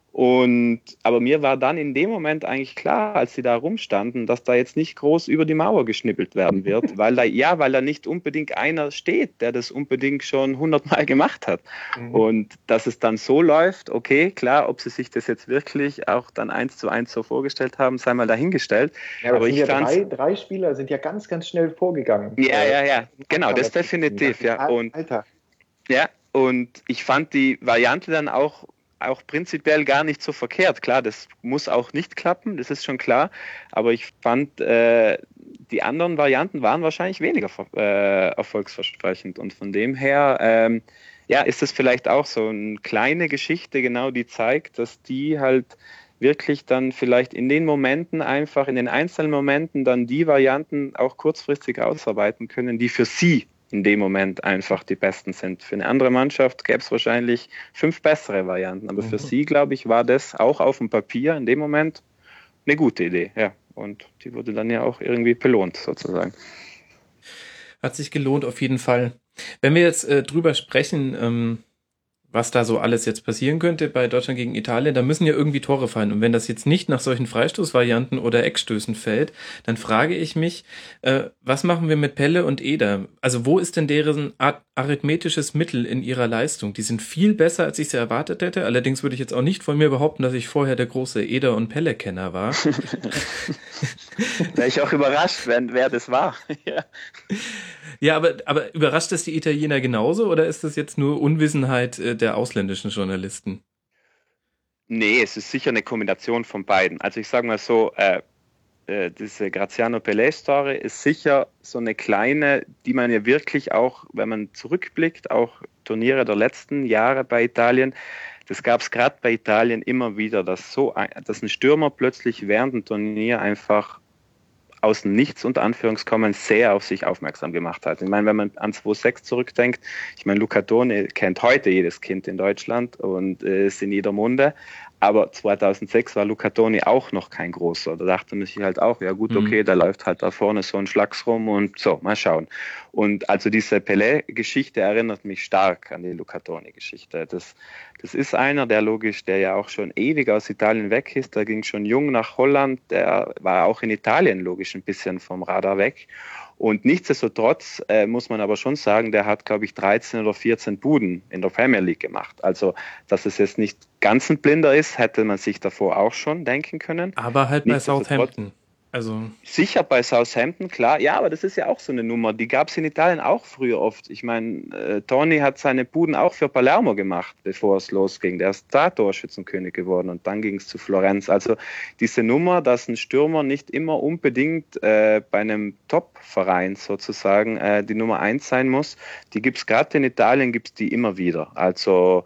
Und, aber mir war dann in dem Moment eigentlich klar, als sie da rumstanden, dass da jetzt nicht groß über die Mauer geschnippelt werden wird, weil da, ja, weil da nicht unbedingt einer steht, der das unbedingt schon hundertmal gemacht hat. Mhm. Und dass es dann so läuft, okay, klar, ob sie sich das jetzt wirklich auch dann eins zu eins so vorgestellt haben, sei mal dahingestellt. Ja, aber, aber ich ja drei, drei Spieler sind ja ganz, ganz schnell vorgegangen. Ja, ja, ja, genau, das definitiv, ja. Und, Alter. Ja, und ich fand die Variante dann auch auch prinzipiell gar nicht so verkehrt. Klar, das muss auch nicht klappen, das ist schon klar. Aber ich fand, äh, die anderen Varianten waren wahrscheinlich weniger äh, erfolgsversprechend. Und von dem her, ähm, Ja, ist das vielleicht auch so eine kleine Geschichte, genau, die zeigt, dass die halt wirklich dann vielleicht in den Momenten einfach, in den einzelnen Momenten dann die Varianten auch kurzfristig ausarbeiten können, die für sie in dem Moment einfach die besten sind. Für eine andere Mannschaft gäbe es wahrscheinlich fünf bessere Varianten, aber mhm. für sie, glaube ich, war das auch auf dem Papier in dem Moment eine gute Idee, ja. Und die wurde dann ja auch irgendwie belohnt, sozusagen. Hat sich gelohnt, auf jeden Fall. Wenn wir jetzt äh, drüber sprechen, ähm, was da so alles jetzt passieren könnte bei Deutschland gegen Italien, da müssen ja irgendwie Tore fallen. Und wenn das jetzt nicht nach solchen Freistoßvarianten oder Eckstößen fällt, dann frage ich mich, äh, was machen wir mit Pelle und Eder? Also wo ist denn deren Ar- arithmetisches Mittel in ihrer Leistung? Die sind viel besser, als ich sie erwartet hätte. Allerdings würde ich jetzt auch nicht von mir behaupten, dass ich vorher der große Eder- und Pelle-Kenner war. Wäre ich auch überrascht, wenn, wer das war. ja. Ja, aber, aber überrascht das die Italiener genauso oder ist das jetzt nur Unwissenheit äh, der ausländischen Journalisten? Nee, es ist sicher eine Kombination von beiden. Also ich sage mal so, äh, äh, diese Graziano Pelé-Story ist sicher so eine kleine, die man ja wirklich auch, wenn man zurückblickt, auch Turniere der letzten Jahre bei Italien, das gab es gerade bei Italien immer wieder, dass, so ein, dass ein Stürmer plötzlich während dem Turnier einfach aus dem Nichts unter Anführungskommen sehr auf sich aufmerksam gemacht hat. Ich meine, wenn man an zwei sechs zurückdenkt, ich meine, Luca Toni kennt heute jedes Kind in Deutschland und äh, ist in jeder Munde, aber zweitausendsechs war Luca Toni auch noch kein großer. Da dachte man sich halt auch, ja gut, okay, mhm. da läuft halt da vorne so ein Schlags rum und so, mal schauen. Und also diese Pelé-Geschichte erinnert mich stark an die Luca Toni-Geschichte. Das, das ist einer, der logisch, der ja auch schon ewig aus Italien weg ist, der ging schon jung nach Holland, der war auch in Italien logisch ein bisschen vom Radar weg. Und nichtsdestotrotz äh, muss man aber schon sagen, der hat, glaube ich, dreizehn oder vierzehn Buden in der Premier League gemacht. Also, dass es jetzt nicht ganz ein Blinder ist, hätte man sich davor auch schon denken können. Aber halt bei Southampton. Also sicher bei Southampton, klar. Ja, aber das ist ja auch so eine Nummer. Die gab es in Italien auch früher oft. Ich meine, äh, Toni hat seine Buden auch für Palermo gemacht, bevor es losging. Der ist da Torschützenkönig geworden und dann ging es zu Florenz. Also diese Nummer, dass ein Stürmer nicht immer unbedingt äh, bei einem Top-Verein sozusagen äh, die Nummer eins sein muss, die gibt es gerade in Italien, gibt es die immer wieder. Also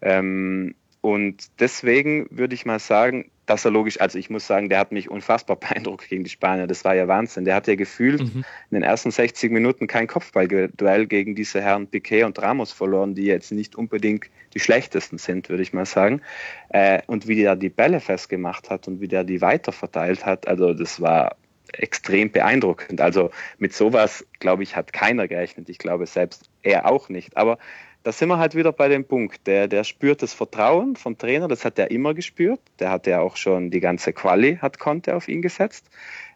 ähm, und deswegen würde ich mal sagen, dass er logisch, also ich muss sagen, der hat mich unfassbar beeindruckt gegen die Spanier. Das war ja Wahnsinn. Der hat ja gefühlt mhm. in den ersten sechzig Minuten kein Kopfballduell gegen diese Herren Piqué und Ramos verloren, die jetzt nicht unbedingt die schlechtesten sind, würde ich mal sagen. Äh, und wie der die Bälle festgemacht hat und wie der die weiterverteilt hat, also das war extrem beeindruckend. Also mit sowas, glaube ich, hat keiner gerechnet. Ich glaube selbst er auch nicht. Aber da sind wir halt wieder bei dem Punkt, der, der spürt das Vertrauen vom Trainer, das hat er immer gespürt, der hat ja auch schon die ganze Quali, hat Conte auf ihn gesetzt,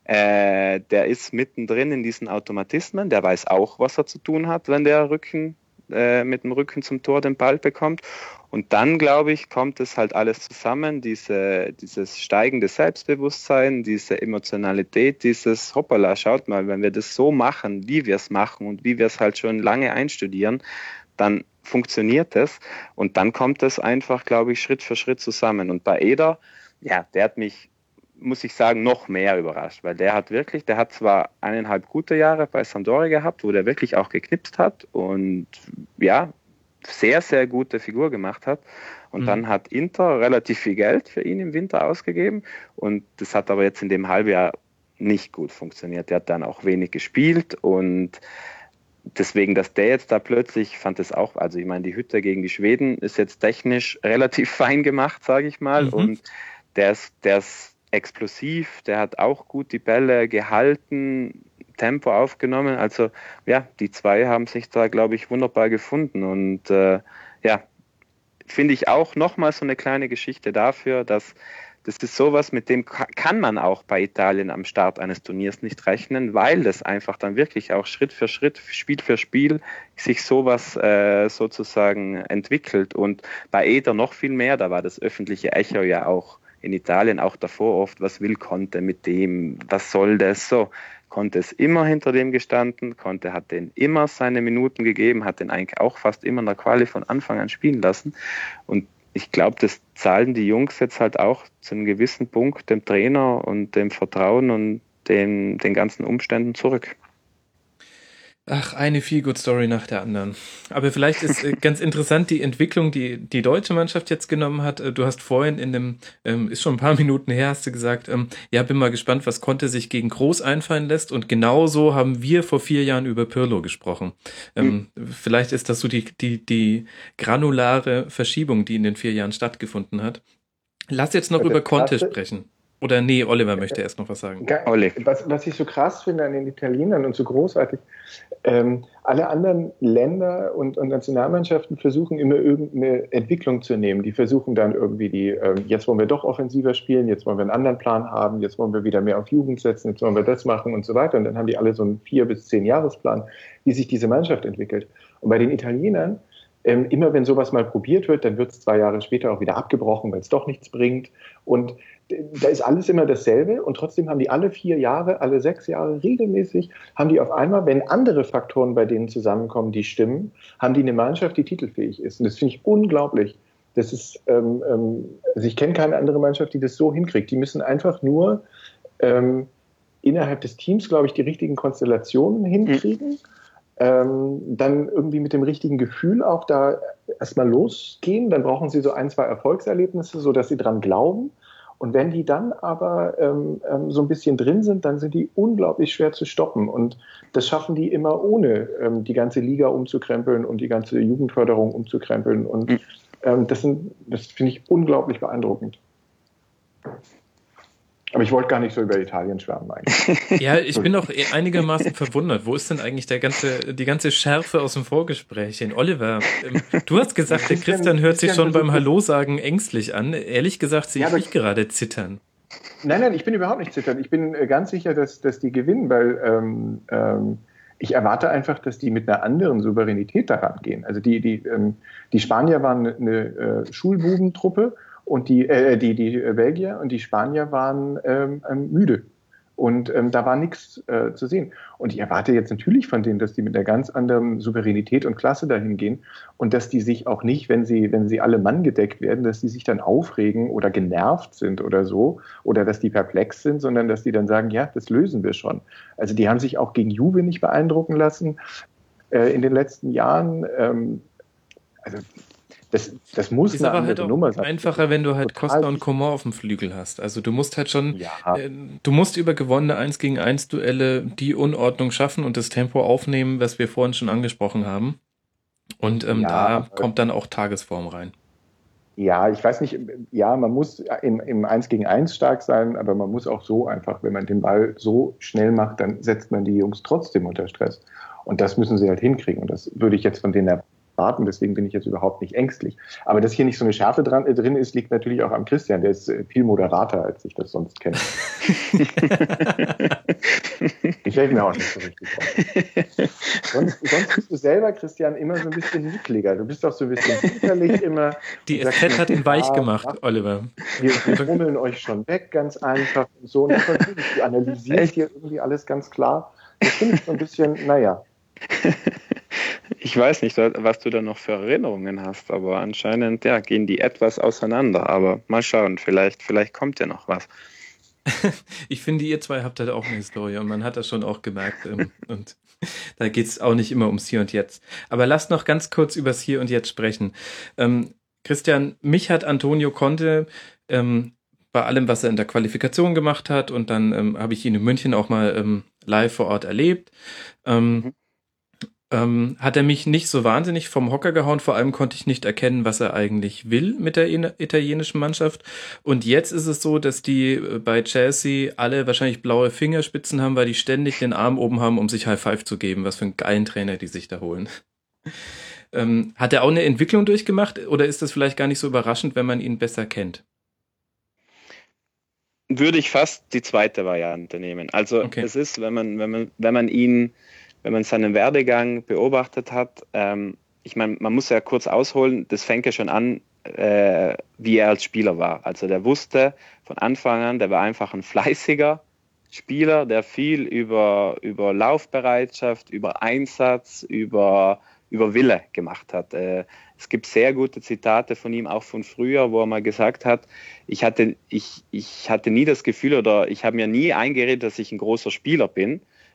äh, der ist mittendrin in diesen Automatismen, der weiß auch, was er zu tun hat, wenn der Rücken, äh, mit dem Rücken zum Tor den Ball bekommt und dann, glaube ich, kommt es halt alles zusammen, diese, dieses steigende Selbstbewusstsein, diese Emotionalität, dieses Hoppala, schaut mal, wenn wir das so machen, wie wir es machen und wie wir es halt schon lange einstudieren, dann funktioniert es und dann kommt es einfach, glaube ich, Schritt für Schritt zusammen. Und bei Eder, ja, der hat mich, muss ich sagen, noch mehr überrascht, weil der hat wirklich, der hat zwar eineinhalb gute Jahre bei Sampdoria gehabt, wo der wirklich auch geknipst hat und ja, sehr, sehr gute Figur gemacht hat. Und mhm. dann hat Inter relativ viel Geld für ihn im Winter ausgegeben und das hat aber jetzt in dem Halbjahr nicht gut funktioniert. Der hat dann auch wenig gespielt und deswegen, dass der jetzt da plötzlich, fand es auch, also ich meine, die Hütte gegen die Schweden ist jetzt technisch relativ fein gemacht, sage ich mal. Mhm. Und der ist, der ist explosiv, der hat auch gut die Bälle gehalten, Tempo aufgenommen. Also ja, die zwei haben sich da, glaube ich, wunderbar gefunden. Und äh, ja, finde ich auch nochmal so eine kleine Geschichte dafür, dass das ist sowas, mit dem kann man auch bei Italien am Start eines Turniers nicht rechnen, weil das einfach dann wirklich auch Schritt für Schritt, Spiel für Spiel sich sowas äh, sozusagen entwickelt. Und bei Eder noch viel mehr, da war das öffentliche Echo ja auch in Italien, auch davor oft, was will Conte mit dem, was soll das so? Conte ist immer hinter dem gestanden, Conte hat den immer seine Minuten gegeben, hat den eigentlich auch fast immer in der Quali von Anfang an spielen lassen und ich glaube, das zahlen die Jungs jetzt halt auch zu einem gewissen Punkt dem Trainer und dem Vertrauen und den, den ganzen Umständen zurück. Ach, eine Feel-Good-Story nach der anderen. Aber vielleicht ist äh, ganz interessant die Entwicklung, die die deutsche Mannschaft jetzt genommen hat. Äh, Du hast vorhin in dem, ähm, ist schon ein paar Minuten her, hast du gesagt, ähm, ja, bin mal gespannt, was Conte sich gegen Groß einfallen lässt. Und genauso haben wir vor vier Jahren über Pirlo gesprochen. Ähm, Vielleicht ist das so die, die, die granulare Verschiebung, die in den vier Jahren stattgefunden hat. Lass jetzt noch Und das über Conte Krasse- sprechen. Oder nee, Oliver möchte erst noch was sagen. Ga- Olli. Was, was ich so krass finde an den Italienern und so großartig, ähm, alle anderen Länder und, und Nationalmannschaften versuchen immer irgendeine Entwicklung zu nehmen. Die versuchen dann irgendwie die, ähm, jetzt wollen wir doch offensiver spielen, jetzt wollen wir einen anderen Plan haben, jetzt wollen wir wieder mehr auf Jugend setzen, jetzt wollen wir das machen und so weiter. Und dann haben die alle so einen vier- bis zehn Jahresplan, wie sich diese Mannschaft entwickelt. Und bei den Italienern, ähm, immer wenn sowas mal probiert wird, dann wird es zwei Jahre später auch wieder abgebrochen, weil es doch nichts bringt. Und da ist alles immer dasselbe und trotzdem haben die alle vier Jahre, alle sechs Jahre regelmäßig, haben die auf einmal, wenn andere Faktoren bei denen zusammenkommen, die stimmen, haben die eine Mannschaft, die titelfähig ist. Und das finde ich unglaublich. Das ist, ähm, ähm, also ich kenne keine andere Mannschaft, die das so hinkriegt. Die müssen einfach nur ähm, innerhalb des Teams, glaube ich, die richtigen Konstellationen hinkriegen. Mhm. Ähm, dann irgendwie mit dem richtigen Gefühl auch da erstmal losgehen. Dann brauchen sie so ein, zwei Erfolgserlebnisse, sodass sie dran glauben. Und wenn die dann aber ähm, ähm, so ein bisschen drin sind, dann sind die unglaublich schwer zu stoppen. Und das schaffen die immer ohne ähm, die ganze Liga umzukrempeln und die ganze Jugendförderung umzukrempeln. Und ähm, das, sind, das finde ich unglaublich beeindruckend. Aber ich wollte gar nicht so über Italien schwärmen eigentlich. Ja, ich bin auch einigermaßen verwundert. Wo ist denn eigentlich der ganze, die ganze Schärfe aus dem Vorgespräch hin? Oliver, ähm, du hast gesagt, der Christian hört sich schon beim Hallo sagen ängstlich an. Ehrlich gesagt sehe ich mich gerade zittern. Nein, nein, ich bin überhaupt nicht zittern. Ich bin ganz sicher, dass, dass die gewinnen, weil ähm, ähm, ich erwarte einfach, dass die mit einer anderen Souveränität daran gehen. Also die, die, ähm, die Spanier waren eine, eine äh, Schulbubentruppe. Und die, äh, die, die Belgier und die Spanier waren ähm, müde. Und ähm, da war nichts äh, zu sehen. Und ich erwarte jetzt natürlich von denen, dass die mit einer ganz anderen Souveränität und Klasse dahin gehen und dass die sich auch nicht, wenn sie, wenn sie alle Mann gedeckt werden, dass die sich dann aufregen oder genervt sind oder so oder dass die perplex sind, sondern dass die dann sagen, ja, das lösen wir schon. Also die haben sich auch gegen Juve nicht beeindrucken lassen äh, in den letzten Jahren. Ähm, also Das, das muss ist eine aber halt andere auch Nummer sein. einfacher, wenn du halt Total Costa und Coman auf dem Flügel hast. Also du musst halt schon, ja. äh, du musst über gewonnene eins gegen eins Duelle die Unordnung schaffen und das Tempo aufnehmen, was wir vorhin schon angesprochen haben. Und ähm, Ja, da aber- kommt dann auch Tagesform rein. Ja, ich weiß nicht, ja, man muss im, im eins gegen eins stark sein, aber man muss auch so einfach, wenn man den Ball so schnell macht, dann setzt man die Jungs trotzdem unter Stress. Und das müssen sie halt hinkriegen. Und das würde ich jetzt von denen erwarten. Deswegen bin ich jetzt überhaupt nicht ängstlich. Aber dass hier nicht so eine Schärfe dran, äh, drin ist, liegt natürlich auch am Christian. Der ist äh, viel moderater, als ich das sonst kenne. Ich fällt mir auch nicht so richtig auf. Sonst, sonst bist du selber, Christian, immer so ein bisschen nickliger. Du bist auch so ein bisschen hinterlich immer. Die Du sagst S Z mir, hat ihn weich ja, gemacht, ja, Oliver. Wir, wir hummeln euch schon weg, ganz einfach. Und so. Und natürlich, du analysierst hier irgendwie alles ganz klar. Das finde ich so ein bisschen, naja. Ich weiß nicht, was du da noch für Erinnerungen hast, aber anscheinend ja, gehen die etwas auseinander. Aber mal schauen, vielleicht, vielleicht kommt ja noch was. Ich finde, ihr zwei habt halt auch eine Historie und man hat das schon auch gemerkt. Ähm, und da geht es auch nicht immer ums Hier und Jetzt. Aber lasst noch ganz kurz übers Hier und Jetzt sprechen. Ähm, Christian, mich hat Antonio Conte ähm, bei allem, was er in der Qualifikation gemacht hat und dann ähm, habe ich ihn in München auch mal ähm, live vor Ort erlebt. Ähm, Mhm. Ähm, hat er mich nicht so wahnsinnig vom Hocker gehauen. Vor allem konnte ich nicht erkennen, was er eigentlich will mit der in- italienischen Mannschaft. Und jetzt ist es so, dass die äh, bei Chelsea alle wahrscheinlich blaue Fingerspitzen haben, weil die ständig den Arm oben haben, um sich High Five zu geben. Was für einen geilen Trainer die sich da holen. ähm, hat er auch eine Entwicklung durchgemacht oder ist das vielleicht gar nicht so überraschend, wenn man ihn besser kennt? Würde ich fast die zweite Variante nehmen. Also Okay. es ist, wenn man, wenn man, wenn man ihn, wenn man seinen Werdegang beobachtet hat, ähm, ich meine, man muss ja kurz ausholen, das fängt ja schon an, äh, wie er als Spieler war. Also der wusste von Anfang an, der war einfach ein fleißiger Spieler, der viel über, über Laufbereitschaft, über Einsatz, über, über Wille gemacht hat. Äh, es gibt sehr gute Zitate von ihm, auch von früher, wo er mal gesagt hat, ich hatte, ich, ich hatte nie das Gefühl oder ich habe mir nie eingeredet, dass ich ein großer Spieler bin.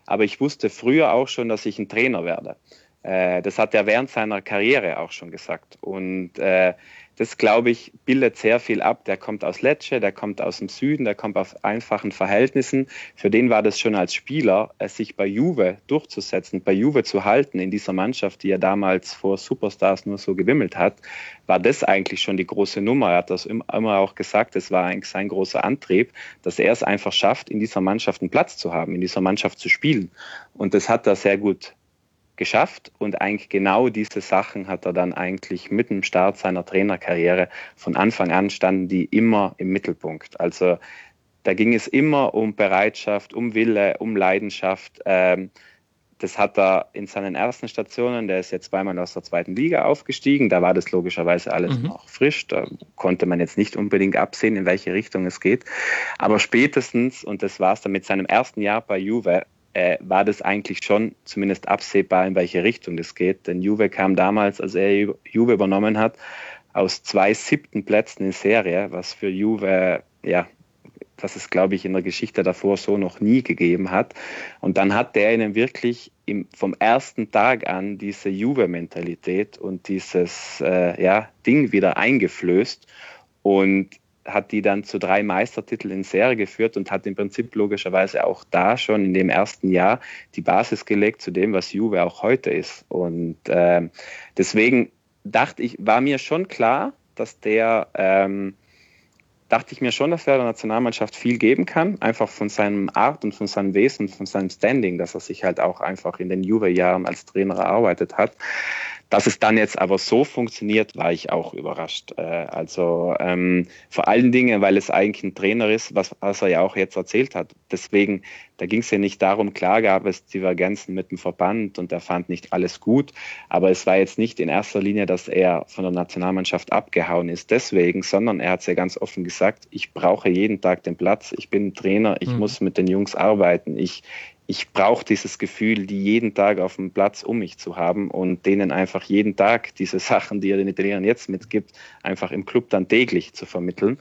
aber ich wusste früher auch schon, dass ich ein Trainer werde. Äh, das hat er während seiner Karriere auch schon gesagt. Und äh, das, glaube ich, bildet sehr viel ab. Der kommt aus Lecce, der kommt aus dem Süden, der kommt aus einfachen Verhältnissen. Für den war das schon als Spieler, sich bei Juve durchzusetzen, bei Juve zu halten in dieser Mannschaft, die er damals vor Superstars nur so gewimmelt hat, war das eigentlich schon die große Nummer. Er hat das immer auch gesagt, es war eigentlich sein großer Antrieb, dass er es einfach schafft, in dieser Mannschaft einen Platz zu haben, in dieser Mannschaft zu spielen. Und das hat er sehr gut geschafft und eigentlich genau diese Sachen hat er dann eigentlich mit dem Start seiner Trainerkarriere von Anfang an standen die immer im Mittelpunkt. Also da ging es immer um Bereitschaft, um Wille, um Leidenschaft. Ähm, das hat er in seinen ersten Stationen, der ist jetzt zweimal aus der zweiten Liga aufgestiegen, da war das logischerweise alles mhm. noch frisch, da konnte man jetzt nicht unbedingt absehen, in welche Richtung es geht. Aber spätestens, und das war es dann mit seinem ersten Jahr bei Juve, Äh, war das eigentlich schon zumindest absehbar, in welche Richtung das geht. Denn Juve kam damals, als er Juve übernommen hat, aus zwei siebten Plätzen in Serie, was für Juve, ja, was es, glaube ich, in der Geschichte davor so noch nie gegeben hat. Und dann hat der ihnen wirklich im, vom ersten Tag an diese Juve-Mentalität und dieses äh, ja, Ding wieder eingeflößt und hat die dann zu drei Meistertiteln in Serie geführt und hat im Prinzip logischerweise auch da schon in dem ersten Jahr die Basis gelegt zu dem, was Juve auch heute ist. Und äh, deswegen dachte ich, war mir schon klar, dass der, ähm, dachte ich mir schon, dass er der Nationalmannschaft viel geben kann, einfach von seinem Art und von seinem Wesen, von seinem Standing, dass er sich halt auch einfach in den Juve-Jahren als Trainer erarbeitet hat. Dass es dann jetzt aber so funktioniert, war ich auch überrascht. Äh, also ähm, vor allen Dingen, weil es eigentlich ein Trainer ist, was, was er ja auch jetzt erzählt hat. Deswegen, da ging es ja nicht darum, klar gab es Divergenzen mit dem Verband und er fand nicht alles gut, aber es war jetzt nicht in erster Linie, dass er von der Nationalmannschaft abgehauen ist deswegen, sondern er hat es ja ganz offen gesagt, ich brauche jeden Tag den Platz, ich bin Trainer, ich mhm. muss mit den Jungs arbeiten, ich Ich brauche dieses Gefühl, die jeden Tag auf dem Platz um mich zu haben und denen einfach jeden Tag diese Sachen, die er den Italienern jetzt mitgibt, einfach im Club dann täglich zu vermitteln.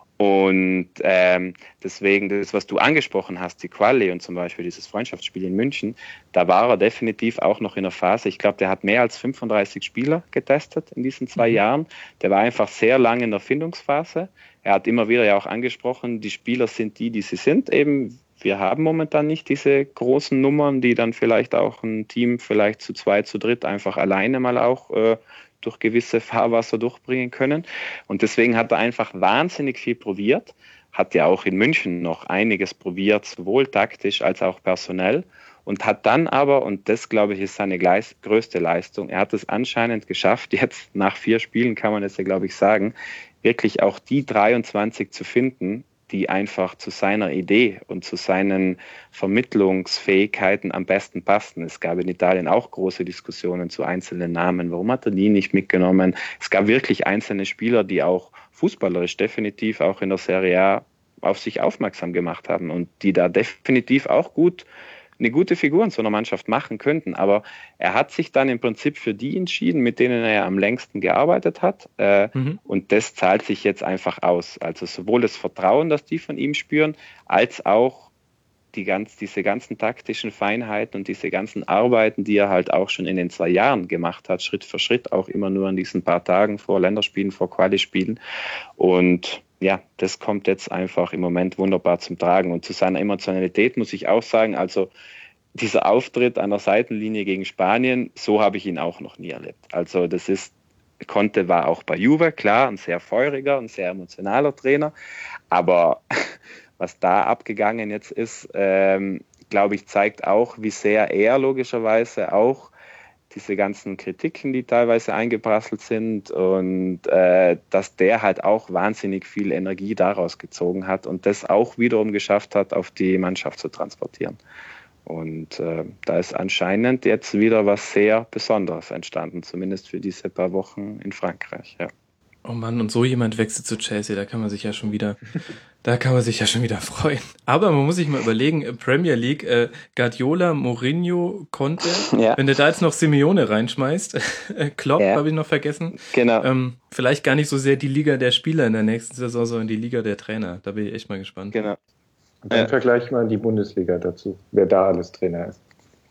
Und ähm, deswegen, das, was du angesprochen hast, die Quali und zum Beispiel dieses Freundschaftsspiel in München, da war er definitiv auch noch in der Phase. Ich glaube, der hat mehr als fünfunddreißig Spieler getestet in diesen zwei mhm. Jahren. Der war einfach sehr lange in der Findungsphase. Er hat immer wieder ja auch angesprochen, die Spieler sind die, die sie sind, eben. Wir haben momentan nicht diese großen Nummern, die dann vielleicht auch ein Team vielleicht zu zwei, zu dritt einfach alleine mal auch äh, durch gewisse Fahrwasser durchbringen können. Und deswegen hat er einfach wahnsinnig viel probiert, hat ja auch in München noch einiges probiert, sowohl taktisch als auch personell. Und hat dann aber, und das glaube ich ist seine gleis- größte Leistung, er hat es anscheinend geschafft, jetzt nach vier Spielen kann man es ja glaube ich sagen, wirklich auch die dreiundzwanzig zu finden, die einfach zu seiner Idee und zu seinen Vermittlungsfähigkeiten am besten passten. Es gab in Italien auch große Diskussionen zu einzelnen Namen. Warum hat er die nicht mitgenommen? Es gab wirklich einzelne Spieler, die auch fußballerisch definitiv auch in der Serie A auf sich aufmerksam gemacht haben und die da definitiv auch gut eine gute Figur in so einer Mannschaft machen könnten. Aber er hat sich dann im Prinzip für die entschieden, mit denen er am längsten gearbeitet hat. Äh, mhm. Und das zahlt sich jetzt einfach aus. Also sowohl das Vertrauen, das die von ihm spüren, als auch die ganz, diese ganzen taktischen Feinheiten und diese ganzen Arbeiten, die er halt auch schon in den zwei Jahren gemacht hat, Schritt für Schritt, auch immer nur an diesen paar Tagen vor Länderspielen, vor Quali-Spielen. Und ja, das kommt jetzt einfach im Moment wunderbar zum Tragen. Und zu seiner Emotionalität muss ich auch sagen, also dieser Auftritt an der Seitenlinie gegen Spanien, so habe ich ihn auch noch nie erlebt. Also das ist, Conte war auch bei Juve, klar, ein sehr feuriger, ein sehr emotionaler Trainer, aber was da abgegangen jetzt ist, ähm, glaube ich, zeigt auch, wie sehr er logischerweise auch diese ganzen Kritiken, die teilweise eingeprasselt sind und äh, dass der halt auch wahnsinnig viel Energie daraus gezogen hat und das auch wiederum geschafft hat, auf die Mannschaft zu transportieren. Und äh, da ist anscheinend jetzt wieder was sehr Besonderes entstanden, zumindest für diese paar Wochen in Frankreich, ja. Oh Mann, und so jemand wechselt zu Chelsea, da kann man sich ja schon wieder, da kann man sich ja schon wieder freuen. Aber man muss sich mal überlegen, Premier League, äh, Guardiola, Mourinho, Conte, ja. Wenn du da jetzt noch Simeone reinschmeißt, Klopp ja. habe ich noch vergessen, genau. ähm, vielleicht gar nicht so sehr die Liga der Spieler in der nächsten Saison, sondern die Liga der Trainer. Da bin ich echt mal gespannt. Genau. Und dann Ja. vergleich mal die Bundesliga dazu, wer da alles Trainer ist.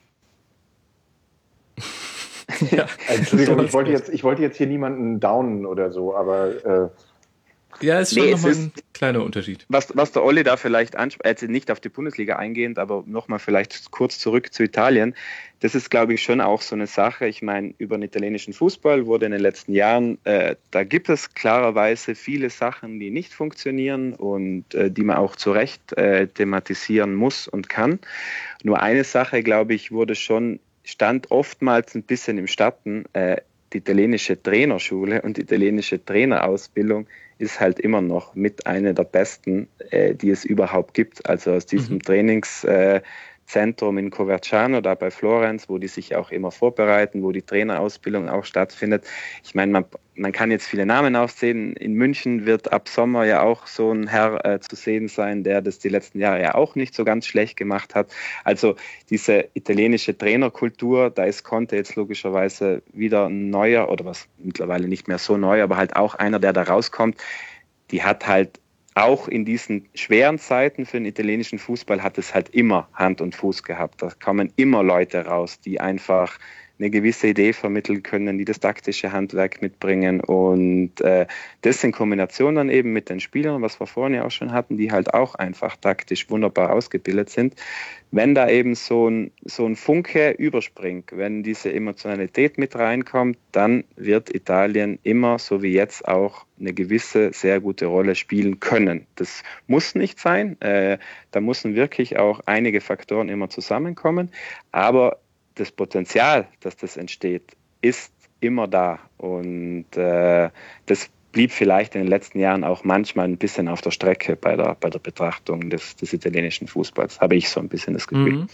Ja, Entschuldigung, du ich hast wollte, recht. jetzt, ich wollte jetzt hier niemanden downen oder so, aber Ja, ist schon Nee, es nochmal ist, ein kleiner Unterschied. was, was der Olli da vielleicht anspricht, also nicht auf die Bundesliga eingehend, aber nochmal vielleicht kurz zurück zu Italien. Das ist, glaube ich, schon auch so eine Sache. Ich meine, über den italienischen Fußball wurde in den letzten Jahren, äh, da gibt es klarerweise viele Sachen, die nicht funktionieren und äh, die man auch zu Recht äh, thematisieren muss und kann. Nur eine Sache, glaube ich, wurde schon, stand oftmals ein bisschen im Schatten. Äh, die italienische Trainerschule und die italienische Trainerausbildung ist halt immer noch mit einer der besten, äh, die es überhaupt gibt. Also aus diesem Mhm. Trainingszentrum in Coverciano, da bei Florenz, wo die sich auch immer vorbereiten, wo die Trainerausbildung auch stattfindet. Ich meine, man, man kann jetzt viele Namen aufzählen. In München wird ab Sommer ja auch so ein Herr äh, zu sehen sein, der das die letzten Jahre ja auch nicht so ganz schlecht gemacht hat. Also diese italienische Trainerkultur, da ist Conte jetzt logischerweise wieder ein neuer, oder was mittlerweile nicht mehr so neu, aber halt auch einer, der da rauskommt. Die hat halt auch in diesen schweren Zeiten für den italienischen Fußball hat es halt immer Hand und Fuß gehabt. Da kommen immer Leute raus, die einfach eine gewisse Idee vermitteln können, die das taktische Handwerk mitbringen und äh, das in Kombination dann eben mit den Spielern, was wir vorhin ja auch schon hatten, die halt auch einfach taktisch wunderbar ausgebildet sind. Wenn da eben so ein, so ein Funke überspringt, wenn diese Emotionalität mit reinkommt, dann wird Italien immer, so wie jetzt auch, eine gewisse, sehr gute Rolle spielen können. Das muss nicht sein, äh, da müssen wirklich auch einige Faktoren immer zusammenkommen, aber das Potenzial, dass das entsteht, ist immer da und äh, das blieb vielleicht in den letzten Jahren auch manchmal ein bisschen auf der Strecke bei der, bei der Betrachtung des, des italienischen Fußballs, habe ich so ein bisschen das Gefühl. Mhm.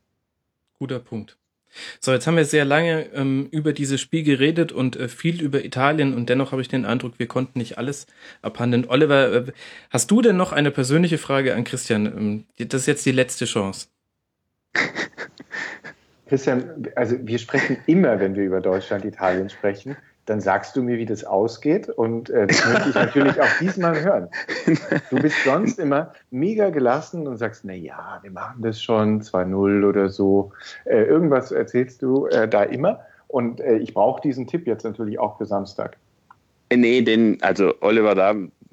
Guter Punkt. So, jetzt haben wir sehr lange ähm, über dieses Spiel geredet und äh, viel über Italien und dennoch habe ich den Eindruck, wir konnten nicht alles abhandeln. Oliver, äh, hast du denn noch eine persönliche Frage an Christian? Ähm, das ist jetzt die letzte Chance. Christian, also wir sprechen immer, wenn wir über Deutschland, Italien sprechen, dann sagst du mir, wie das ausgeht und äh, das möchte ich natürlich auch diesmal hören. Du bist sonst immer mega gelassen und sagst, na ja, wir machen das schon, zwei null oder so. Äh, irgendwas erzählst du äh, da immer und äh, ich brauche diesen Tipp jetzt natürlich auch für Samstag. Nee, den, also Oliver, da,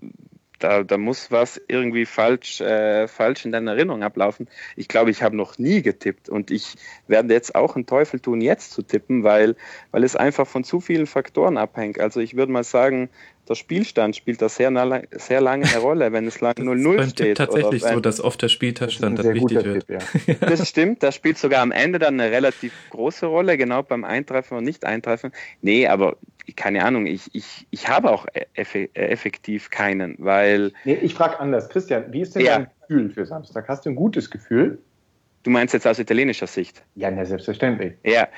da, da muss was irgendwie falsch, äh, falsch in deiner Erinnerung ablaufen. Ich glaube, ich habe noch nie getippt und ich werde jetzt auch einen Teufel tun, jetzt zu tippen, weil, weil es einfach von zu vielen Faktoren abhängt. Also ich würde mal sagen, der Spielstand spielt da sehr, sehr lange eine Rolle, wenn es lang null null beim steht. Tipp tatsächlich oder wenn, so, dass oft der Spieltagsstand dann wichtig wird. Tipp, ja. Das stimmt, das spielt sogar am Ende dann eine relativ große Rolle, genau beim Eintreffen und Nicht-Eintreffen. Nee, aber keine Ahnung, ich, ich, ich habe auch effektiv keinen, weil... Nee, ich frage anders. Christian, wie ist denn ja. dein Gefühl für Samstag? Hast du ein gutes Gefühl? Du meinst jetzt aus italienischer Sicht? Ja, na, selbstverständlich. Ja.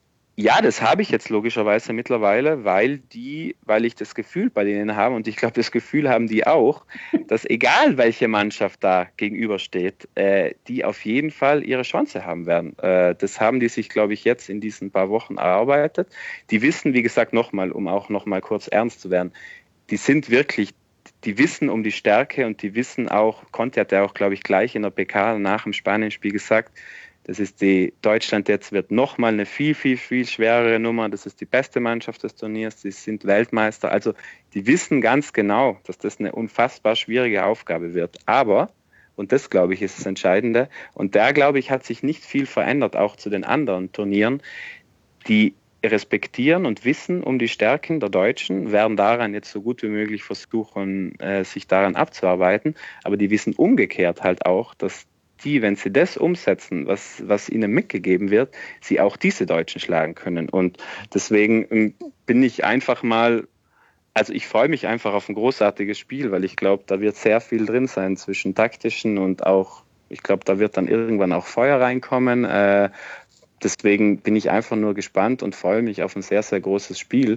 Ja, das habe ich jetzt logischerweise mittlerweile, weil die, weil ich das Gefühl bei denen habe und ich glaube, das Gefühl haben die auch, dass egal welche Mannschaft da gegenübersteht, äh, die auf jeden Fall ihre Chance haben werden. Äh, das haben die sich, glaube ich, jetzt in diesen paar Wochen erarbeitet. Die wissen, wie gesagt, nochmal, um auch nochmal kurz ernst zu werden, die sind wirklich, die wissen um die Stärke und die wissen auch, Conte hat ja auch, glaube ich, gleich in der P K nach dem Spanien-Spiel gesagt, das ist die Deutschland jetzt wird nochmal eine viel, viel, viel schwerere Nummer. Das ist die beste Mannschaft des Turniers. Sie sind Weltmeister. Also die wissen ganz genau, dass das eine unfassbar schwierige Aufgabe wird. Aber, und das glaube ich ist das Entscheidende, und da glaube ich hat sich nicht viel verändert, auch zu den anderen Turnieren, die respektieren und wissen um die Stärken der Deutschen, werden daran jetzt so gut wie möglich versuchen, äh, sich daran abzuarbeiten. Aber die wissen umgekehrt halt auch, dass die, wenn sie das umsetzen, was, was ihnen mitgegeben wird, sie auch diese Deutschen schlagen können. Und deswegen bin ich einfach mal, also ich freue mich einfach auf ein großartiges Spiel, weil ich glaube, da wird sehr viel drin sein zwischen taktischen und auch, ich glaube, da wird dann irgendwann auch Feuer reinkommen. Äh, deswegen bin ich einfach nur gespannt und freue mich auf ein sehr, sehr großes Spiel.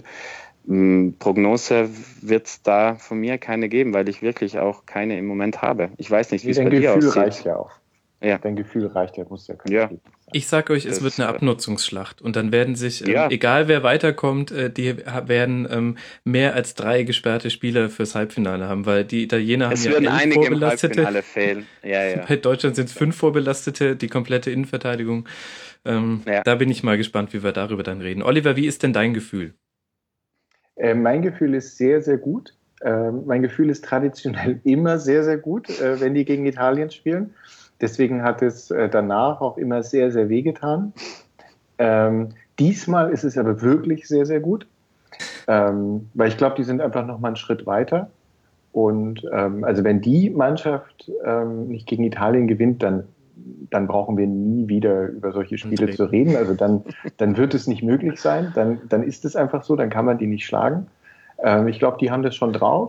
Prognose wird es da von mir keine geben, weil ich wirklich auch keine im Moment habe. Ich weiß nicht, wie es bei dir aussieht. Reicht ja auch. Ja. Dein Gefühl reicht, der muss ja kein Ja. Spiel sein. Ich sag euch, es Das, wird eine äh, Abnutzungsschlacht und dann werden sich, ähm, Ja. egal wer weiterkommt, äh, die ha- werden ähm, mehr als drei gesperrte Spieler fürs Halbfinale haben, weil die Italiener haben Es ja würden elf einige im Vorbelastete. Halbfinale fehlen. Ja, ja. Bei Deutschland sind es fünf Vorbelastete, die komplette Innenverteidigung. Ähm, Ja. Da bin ich mal gespannt, wie wir darüber dann reden. Oliver, wie ist denn dein Gefühl? Äh, mein Gefühl ist sehr, sehr gut. Ähm, mein Gefühl ist traditionell immer sehr, sehr gut, äh, wenn die gegen Italien spielen. Deswegen hat es äh, danach auch immer sehr, sehr wehgetan. Ähm, diesmal ist es aber wirklich sehr, sehr gut, ähm, weil ich glaube, die sind einfach noch mal einen Schritt weiter. Und ähm, also wenn die Mannschaft ähm, nicht gegen Italien gewinnt, dann, dann brauchen wir nie wieder über solche Spiele Reden. zu reden. Also dann, dann wird es nicht möglich sein. Dann, dann ist es einfach so, dann kann man die nicht schlagen. Ähm, ich glaube, die haben das schon drauf.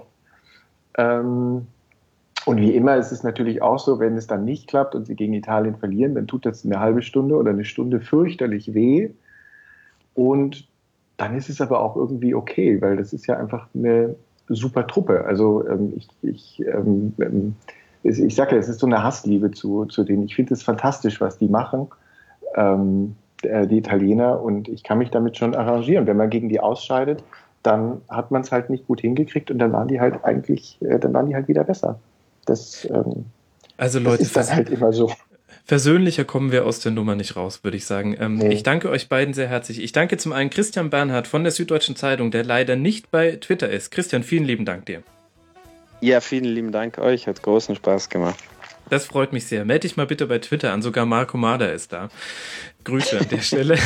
Ähm, und wie immer ist es natürlich auch so, wenn es dann nicht klappt und sie gegen Italien verlieren, dann tut das eine halbe Stunde oder eine Stunde fürchterlich weh. Und dann ist es aber auch irgendwie okay, weil das ist ja einfach eine super Truppe. Also ähm, ich, ich, ähm, ähm, ich, ich sage ja, es ist so eine Hassliebe zu, zu denen. Ich finde es fantastisch, was die machen, ähm, äh, die Italiener. Und ich kann mich damit schon arrangieren. Wenn man gegen die ausscheidet, dann hat man es halt nicht gut hingekriegt und dann waren die halt eigentlich, äh, dann waren die halt wieder besser. Das, ähm, Also das Leute, ist dann vers halt immer so. versöhnlicher kommen wir aus der Nummer nicht raus, würde ich sagen. Ähm, Nee. Ich danke euch beiden sehr herzlich. Ich danke zum einen Christian Bernhard von der Süddeutschen Zeitung, der leider nicht bei Twitter ist. Christian, vielen lieben Dank dir. Ja, vielen lieben Dank euch. Hat großen Spaß gemacht. Das freut mich sehr. Meld dich mal bitte bei Twitter an, sogar Marco Mader ist da. Grüße an der Stelle.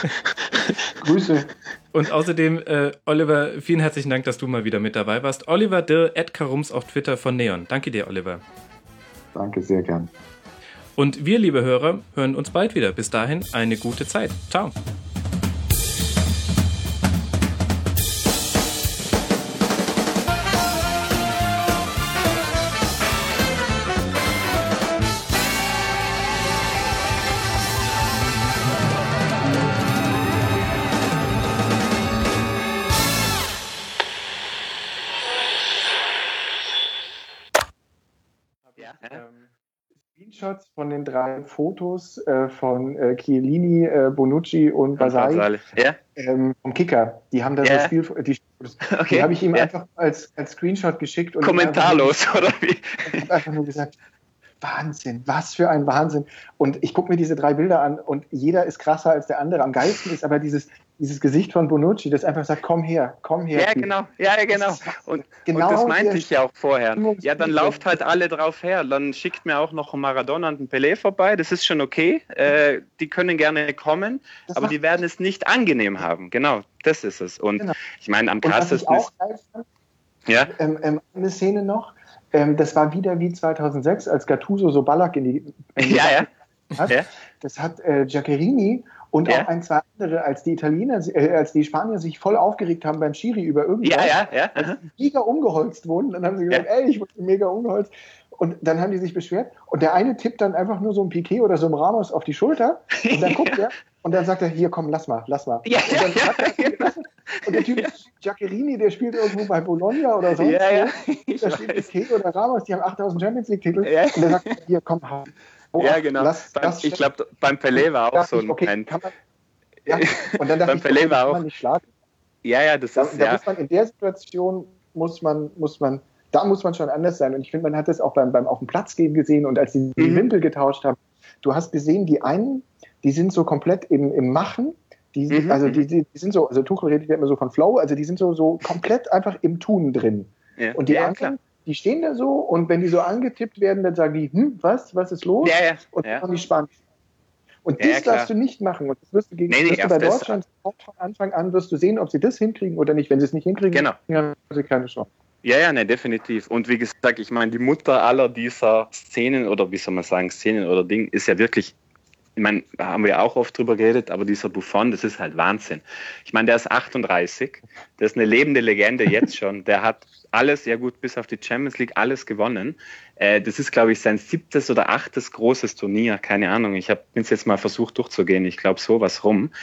Grüße. Und außerdem, äh, Oliver, vielen herzlichen Dank, dass du mal wieder mit dabei warst. Oliver Dirr, at Karums auf Twitter von Neon. Danke dir, Oliver. Danke, sehr gern. Und wir, liebe Hörer, hören uns bald wieder. Bis dahin, eine gute Zeit. Ciao. Ähm, Screenshots von den drei Fotos äh, von äh, Chiellini, äh, Bonucci und Basai Ja? ähm, vom Kicker. Die haben da Ja. so Spiel, die, Okay. die habe ich ihm Ja. einfach als, als Screenshot geschickt und Kommentarlos, oder wie? ich habe einfach nur gesagt, Wahnsinn, was für ein Wahnsinn. Und ich gucke mir diese drei Bilder an und jeder ist krasser als der andere. Am geilsten ist aber dieses, dieses Gesicht von Bonucci, das einfach sagt, komm her, komm her. Ja, Typ. genau. Ja, ja, genau. Das ist- Und, genau und das meinte der ich ja auch vorher. Stimmungsbild. Ja, dann lauft halt alle drauf her. Dann schickt mir auch noch ein Maradona und ein Pelé vorbei. Das ist schon okay. Äh, die können gerne kommen, Das aber macht- die werden es nicht angenehm haben. Genau, das ist es. Und Genau. ich meine, am Und was ich krassesten auch ist... geil fand, Ja, ähm, ähm, eine Szene noch, ähm, das war wieder wie zweitausendsechs, als Gattuso so Ballack in die, in die ja, ja. hat. Ja. Das hat äh, Giaccherini und Ja. auch ein, zwei andere, als die Italiener, äh, als die Spanier sich voll aufgeregt haben beim Schiri über irgendwas, Ja, ja, ja. als aha. die mega umgeholzt wurden, dann haben sie gesagt, ey, ich wurde mega umgeholzt. Und dann haben die sich beschwert und der eine tippt dann einfach nur so ein Piquet oder so ein Ramos auf die Schulter und dann guckt er und dann sagt er, hier komm, lass mal, lass mal. Ja, und, dann ja, hat er ja, gelassen. Und der Typ ist Giaccherini, der spielt irgendwo bei Bologna oder sonst Ja, ja. wo. Ich Da steht weiß. Piquet oder Ramos, die haben achttausend Champions League Titel Ja. und der sagt, hier komm, hau Ja, ab, genau. lass, beim, lass ich glaube, beim Pelé war auch so ein okay, Moment. kann man, ja. Und dann dachte Beim ich, Pelé okay, war kann auch- man nicht schlagen. Ja, ja, das Da, ist da ja. muss man in der Situation muss man, muss man, da muss man schon anders sein. Und ich finde, man hat das auch beim, beim auf dem Platz gehen gesehen und als sie die Mhm. Wimpel getauscht haben. Du hast gesehen, die einen, die sind so komplett im, im Machen. Die, Mhm, also mhm. die, die, die sind so, also Tuchel redet ja immer so von Flow, also die sind so, so komplett einfach im Tun drin. Ja, Und die ja, anderen, die stehen da so und wenn die so angetippt werden, dann sagen die, hm, was, was ist los? Ja, ja. Und ja. dann haben die Spanisch. Und Ja, ja, das klar. darfst du nicht machen. Und das wirst du, gegen, Nee, nee, wirst du bei erst das- Deutschland von Anfang an wirst du sehen, ob sie das hinkriegen oder nicht. Wenn sie es nicht hinkriegen, Genau. haben sie keine Chance. Ja, ja, ne, definitiv. Und wie gesagt, ich meine, die Mutter aller dieser Szenen oder wie soll man sagen, Szenen oder Ding ist ja wirklich, ich meine, da haben wir ja auch oft drüber geredet, aber dieser Buffon, das ist halt Wahnsinn. Ich meine, der ist achtunddreißig, der ist eine lebende Legende jetzt schon, der hat alles, ja gut, bis auf die Champions League, alles gewonnen. Äh, das ist, glaube ich, sein siebtes oder achtes großes Turnier, keine Ahnung. Ich habe jetzt mal versucht durchzugehen, ich glaube sowas rum.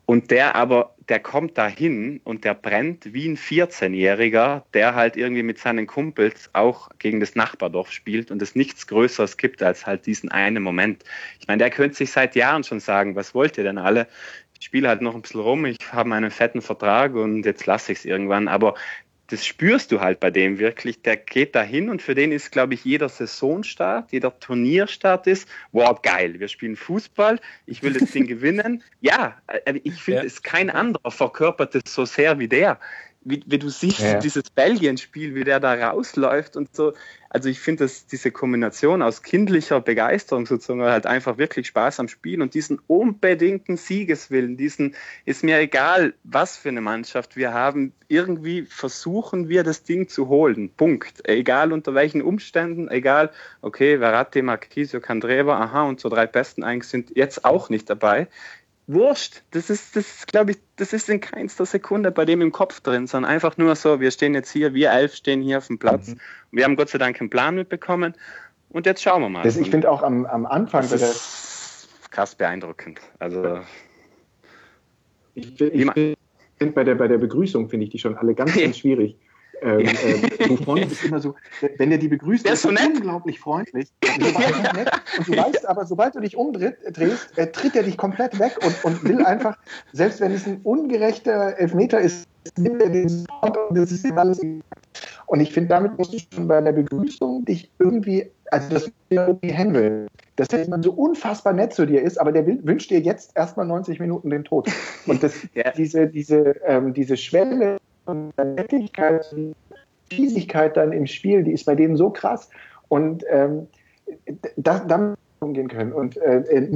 Und der aber, der kommt dahin und der brennt wie ein vierzehnjähriger, der halt irgendwie mit seinen Kumpels auch gegen das Nachbardorf spielt und es nichts Größeres gibt als halt diesen einen Moment. Ich meine, der könnte sich seit Jahren schon sagen, was wollt ihr denn alle? Ich spiele halt noch ein bisschen rum, ich habe meinen fetten Vertrag und jetzt lasse ich es irgendwann. Aber das spürst du halt bei dem wirklich, der geht dahin und für den ist, glaube ich, jeder Saisonstart, jeder Turnierstart ist, wow, geil, wir spielen Fußball, ich will das Ding gewinnen. Ja, ich finde, ja. es kein anderer verkörpert es so sehr wie der. Wie, wie du siehst, ja. dieses Belgien-Spiel, wie der da rausläuft und so. Also ich finde, dass diese Kombination aus kindlicher Begeisterung sozusagen halt einfach wirklich Spaß am Spiel und diesen unbedingten Siegeswillen, diesen ist mir egal, was für eine Mannschaft wir haben, irgendwie versuchen wir das Ding zu holen. Punkt. Egal unter welchen Umständen, egal, okay, Verratti, Marchisio, Candreva, aha, und so drei Besten eigentlich sind jetzt auch nicht dabei. Wurscht, das ist, das glaube ich, das ist in keinster Sekunde bei dem im Kopf drin, sondern einfach nur so, wir stehen jetzt hier, wir elf stehen hier auf dem Platz. Mhm. Wir haben Gott sei Dank einen Plan mitbekommen und jetzt schauen wir mal. Das, ich finde auch am, am Anfang... Das ist krass beeindruckend. Also ich finde find bei, der, bei der Begrüßung, finde ich die schon alle ganz, ganz schwierig. Ähm, äh, Buffon ist immer so, wenn er die begrüßt, der ist so nett. Unglaublich freundlich. Und, so nett. Und du weißt aber, sobald du dich umdrehst, äh, tritt er dich komplett weg und, und will einfach, selbst wenn es ein ungerechter Elfmeter ist, nimmt er den Sport und das ist ihm alles. Und ich finde, damit musst du schon bei der Begrüßung dich irgendwie, also das irgendwie handeln. Dass der so unfassbar nett zu dir ist, aber der will, wünscht dir jetzt erstmal neunzig Minuten den Tod. Und das, ja. diese, diese, ähm, diese Schwelle und Nettigkeit, Fiesigkeit dann im Spiel, die ist bei denen so krass und ähm, da, damit umgehen können. Und äh,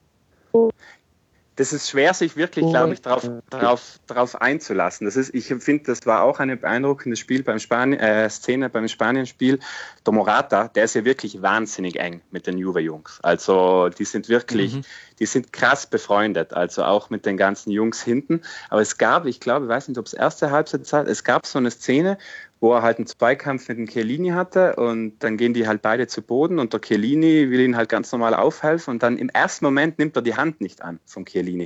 das ist schwer, sich wirklich, glaube ich, darauf drauf, drauf einzulassen. Das ist, ich finde, das war auch eine beeindruckende Spiel beim Spanien, äh, Szene beim Spanien-Spiel. Der Morata, der ist ja wirklich wahnsinnig eng mit den Juve-Jungs. Also die sind wirklich, mhm. die sind krass befreundet, also auch mit den ganzen Jungs hinten. Aber es gab, ich glaube, ich weiß nicht, ob es erste Halbzeit war, es gab so eine Szene, wo er halt einen Zweikampf mit dem Chiellini hatte und dann gehen die halt beide zu Boden und der Chiellini will ihn halt ganz normal aufhelfen und dann im ersten Moment nimmt er die Hand nicht an vom Chiellini.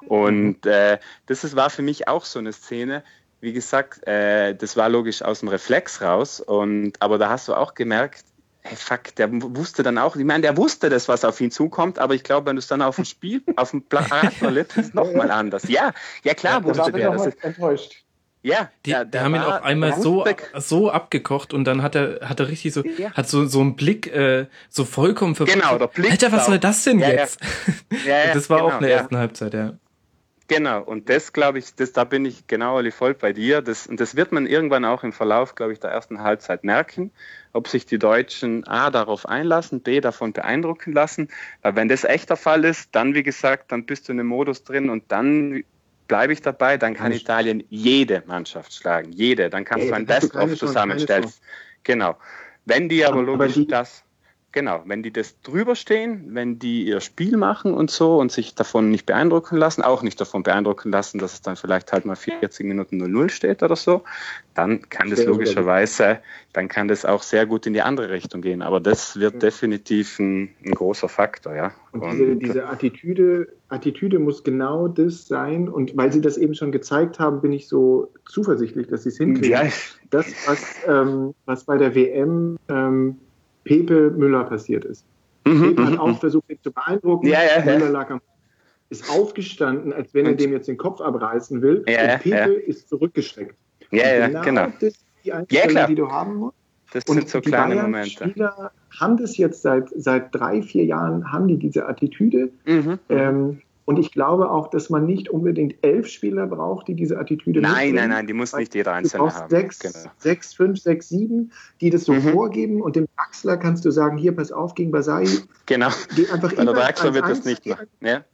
Und äh, das ist, war für mich auch so eine Szene, wie gesagt, äh, das war logisch aus dem Reflex raus, und aber da hast du auch gemerkt, hey, fuck, der wusste dann auch, ich meine, der wusste das, was auf ihn zukommt, aber ich glaube, wenn du es dann auf dem Spiel, auf dem Plakat erlebst, ist es nochmal anders. Ja, ja klar, ja, wusste der. Das ist enttäuscht. Ja, die, der, die der haben ihn auch einmal so, so abgekocht und dann hat er, hat er richtig so, ja. hat so, so einen Blick, äh, so vollkommen ver- Genau, der Blick. Alter, was soll das denn ja, jetzt? Ja. Ja, ja, das war genau, auch in der ja. ersten Halbzeit, ja. Genau, und das glaube ich, das, da bin ich genau Ali, voll bei dir. Das, und das wird man irgendwann auch im Verlauf, glaube ich, der ersten Halbzeit merken, ob sich die Deutschen A, darauf einlassen, B, davon beeindrucken lassen. Weil wenn das echt der Fall ist, dann, wie gesagt, dann bist du in einem Modus drin und dann bleibe ich dabei, dann kann Italien jede Mannschaft schlagen, jede. Dann kannst ja, du ein Best-of zusammenstellen. Genau. Wenn die aber, aber logisch die das... Genau, wenn die das drüber stehen, wenn die ihr Spiel machen und so und sich davon nicht beeindrucken lassen, auch nicht davon beeindrucken lassen, dass es dann vielleicht halt mal vierzig Minuten null null steht oder so, dann kann das logischerweise, dann kann das auch sehr gut in die andere Richtung gehen. Aber das wird ja. definitiv ein, ein großer Faktor, ja. Und diese, und diese Attitüde, Attitüde muss genau das sein, und weil sie das eben schon gezeigt haben, bin ich so zuversichtlich, dass sie es hinkriegen. Ja. Das, was, ähm, was bei der W M ähm, Pepe Müller passiert ist. Mhm, Pepe hat auch versucht, ihn zu beeindrucken. Ja, ja, Müller ja. lag am, ist aufgestanden, als wenn er dem jetzt den Kopf abreißen will. Ja, und Pepe ja. ist zurückgestreckt. Ja, ja, genau, genau. Das ist die Einstellung, ja, die du haben musst. Das und sind so kleine Momente. Die Spieler haben das jetzt seit, seit drei, vier Jahren, haben die diese Attitüde. Mhm. Ähm, Und ich glaube auch, dass man nicht unbedingt elf Spieler braucht, die diese Attitüde Nein, mitbringen. nein, nein, die muss nicht jeder Einzelne haben. Sechs, genau. sechs, fünf, sechs, sieben, die das so mhm. vorgeben. Und dem Draxler kannst du sagen, hier, pass auf, gegen Basai. Genau, geh einfach bei der Draxler wird das nicht machen. Ja.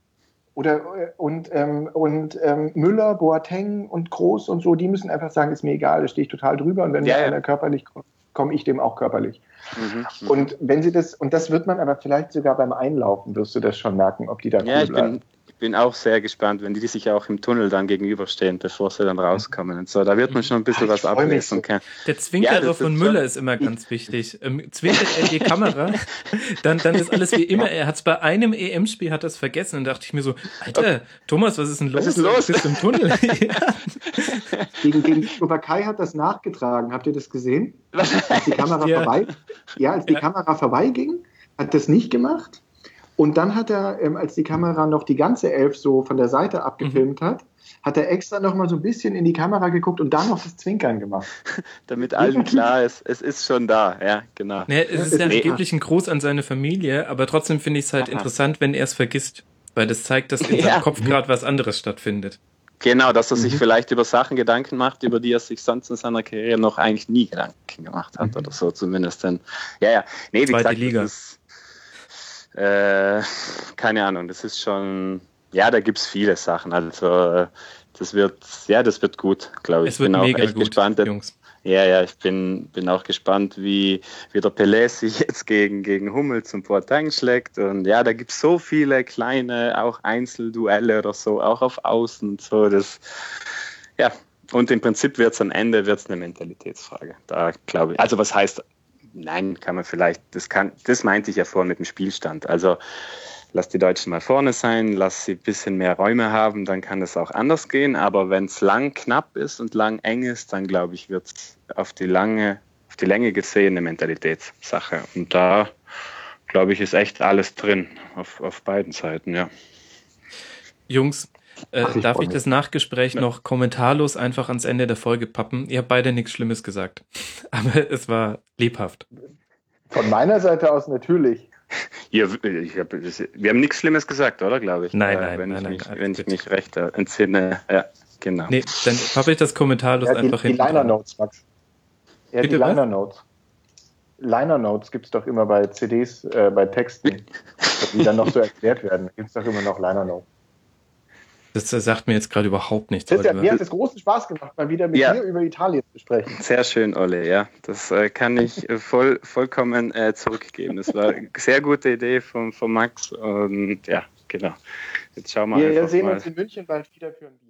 Oder, und ähm, und ähm, Müller, Boateng und Groß und so, die müssen einfach sagen, ist mir egal, da stehe ich total drüber. Und wenn ja, mir ja. einer körperlich kommt, komme ich dem auch körperlich. Mhm, und wenn sie das, und das wird man aber vielleicht sogar beim Einlaufen, wirst du das schon merken, ob die da ja, cool ich bleiben. bin, bin auch sehr gespannt, wenn die sich auch im Tunnel dann gegenüberstehen, bevor sie dann rauskommen und so. Da wird man schon ein bisschen Ja, was ablesen können. Der Zwinkerer Ja, von Müller ist immer ganz wichtig. Ähm, zwinkert er die Kamera, dann, dann ist alles wie immer. Er hat es bei einem E M-Spiel hat das vergessen und dachte ich mir so, Alter, Thomas, was ist denn los? Was ist los? Du bist im Tunnel. Ja. Gegen, gegen die Slowakei hat das nachgetragen. Habt ihr das gesehen? Als die Kamera Ja. vorbei, ja, als die Ja. Kamera vorbeiging, hat das nicht gemacht. Und dann hat er, ähm, als die Kamera noch die ganze Elf so von der Seite abgefilmt hat, hat er extra noch mal so ein bisschen in die Kamera geguckt und dann noch das Zwinkern gemacht. Damit allen klar ist, es ist schon da. Ja, genau. Naja, es ist ja Nee. angeblich ein Gruß an seine Familie, aber trotzdem finde ich es halt Aha. interessant, wenn er es vergisst. Weil das zeigt, dass in Ja. seinem Kopf gerade was anderes stattfindet. Genau, dass er sich Mhm. vielleicht über Sachen Gedanken macht, über die er sich sonst in seiner Karriere noch eigentlich nie Gedanken gemacht hat oder so zumindest. Dann, ja, ja. Nee, wie Zweite gesagt, Liga. das ist, äh, keine Ahnung, das ist schon, ja, da gibt es viele Sachen. Also äh, das wird, ja, das wird gut, glaube ich. Es wird bin auch mega echt gut, gespannt. Jungs. Ja, ja, ich bin, bin auch gespannt, wie, wie der Pelé sich jetzt gegen, gegen Hummel zum Boateng schlägt. Und ja, da gibt es so viele kleine, auch Einzelduelle oder so, auch auf Außen und so. Das, ja, und im Prinzip wird es am Ende wird's eine Mentalitätsfrage. Da glaube ich, also was heißt, nein, kann man vielleicht, das kann, das meinte ich ja vorhin mit dem Spielstand. Also lass die Deutschen mal vorne sein, lass sie ein bisschen mehr Räume haben, dann kann es auch anders gehen. Aber wenn es lang knapp ist und lang eng ist, dann glaube ich, wird es auf die lange, auf die Länge gesehen eine Mentalitätssache. Und da, glaube ich, ist echt alles drin auf, auf beiden Seiten, ja. Jungs, äh, Ach, ich darf freu ich mich. das Nachgespräch noch kommentarlos einfach ans Ende der Folge pappen? Ihr habt beide nichts Schlimmes gesagt. Aber es war lebhaft. Von meiner Seite aus natürlich. Hier, ich hab, wir haben nichts Schlimmes gesagt, oder, glaube ich? Nein, Äh, nein, wenn nein, ich nein, mich, nein, wenn ich bitte. mich recht äh, entsinne. Ja, genau. Nee, dann pappe ich das kommentarlos Ja, die einfach die hinten Liner dran. Notes, Max. Ja, Bitte die was? Liner Notes. Liner Notes gibt es doch immer bei C Ds, äh, bei Texten, die dann noch so erklärt werden. Da gibt es doch immer noch Liner Notes. Das äh, sagt mir jetzt gerade überhaupt nichts. Christian, Oliver. mir hat es großen Spaß gemacht, mal wieder mit Ja. dir über Italien zu sprechen. Sehr schön, Olle, ja. Das äh, kann ich äh, voll, vollkommen äh, zurückgeben. Das war eine sehr gute Idee von, von Max und ja, genau. Jetzt schauen wir Wir einfach sehen mal. uns in München bald wieder für ein Bier.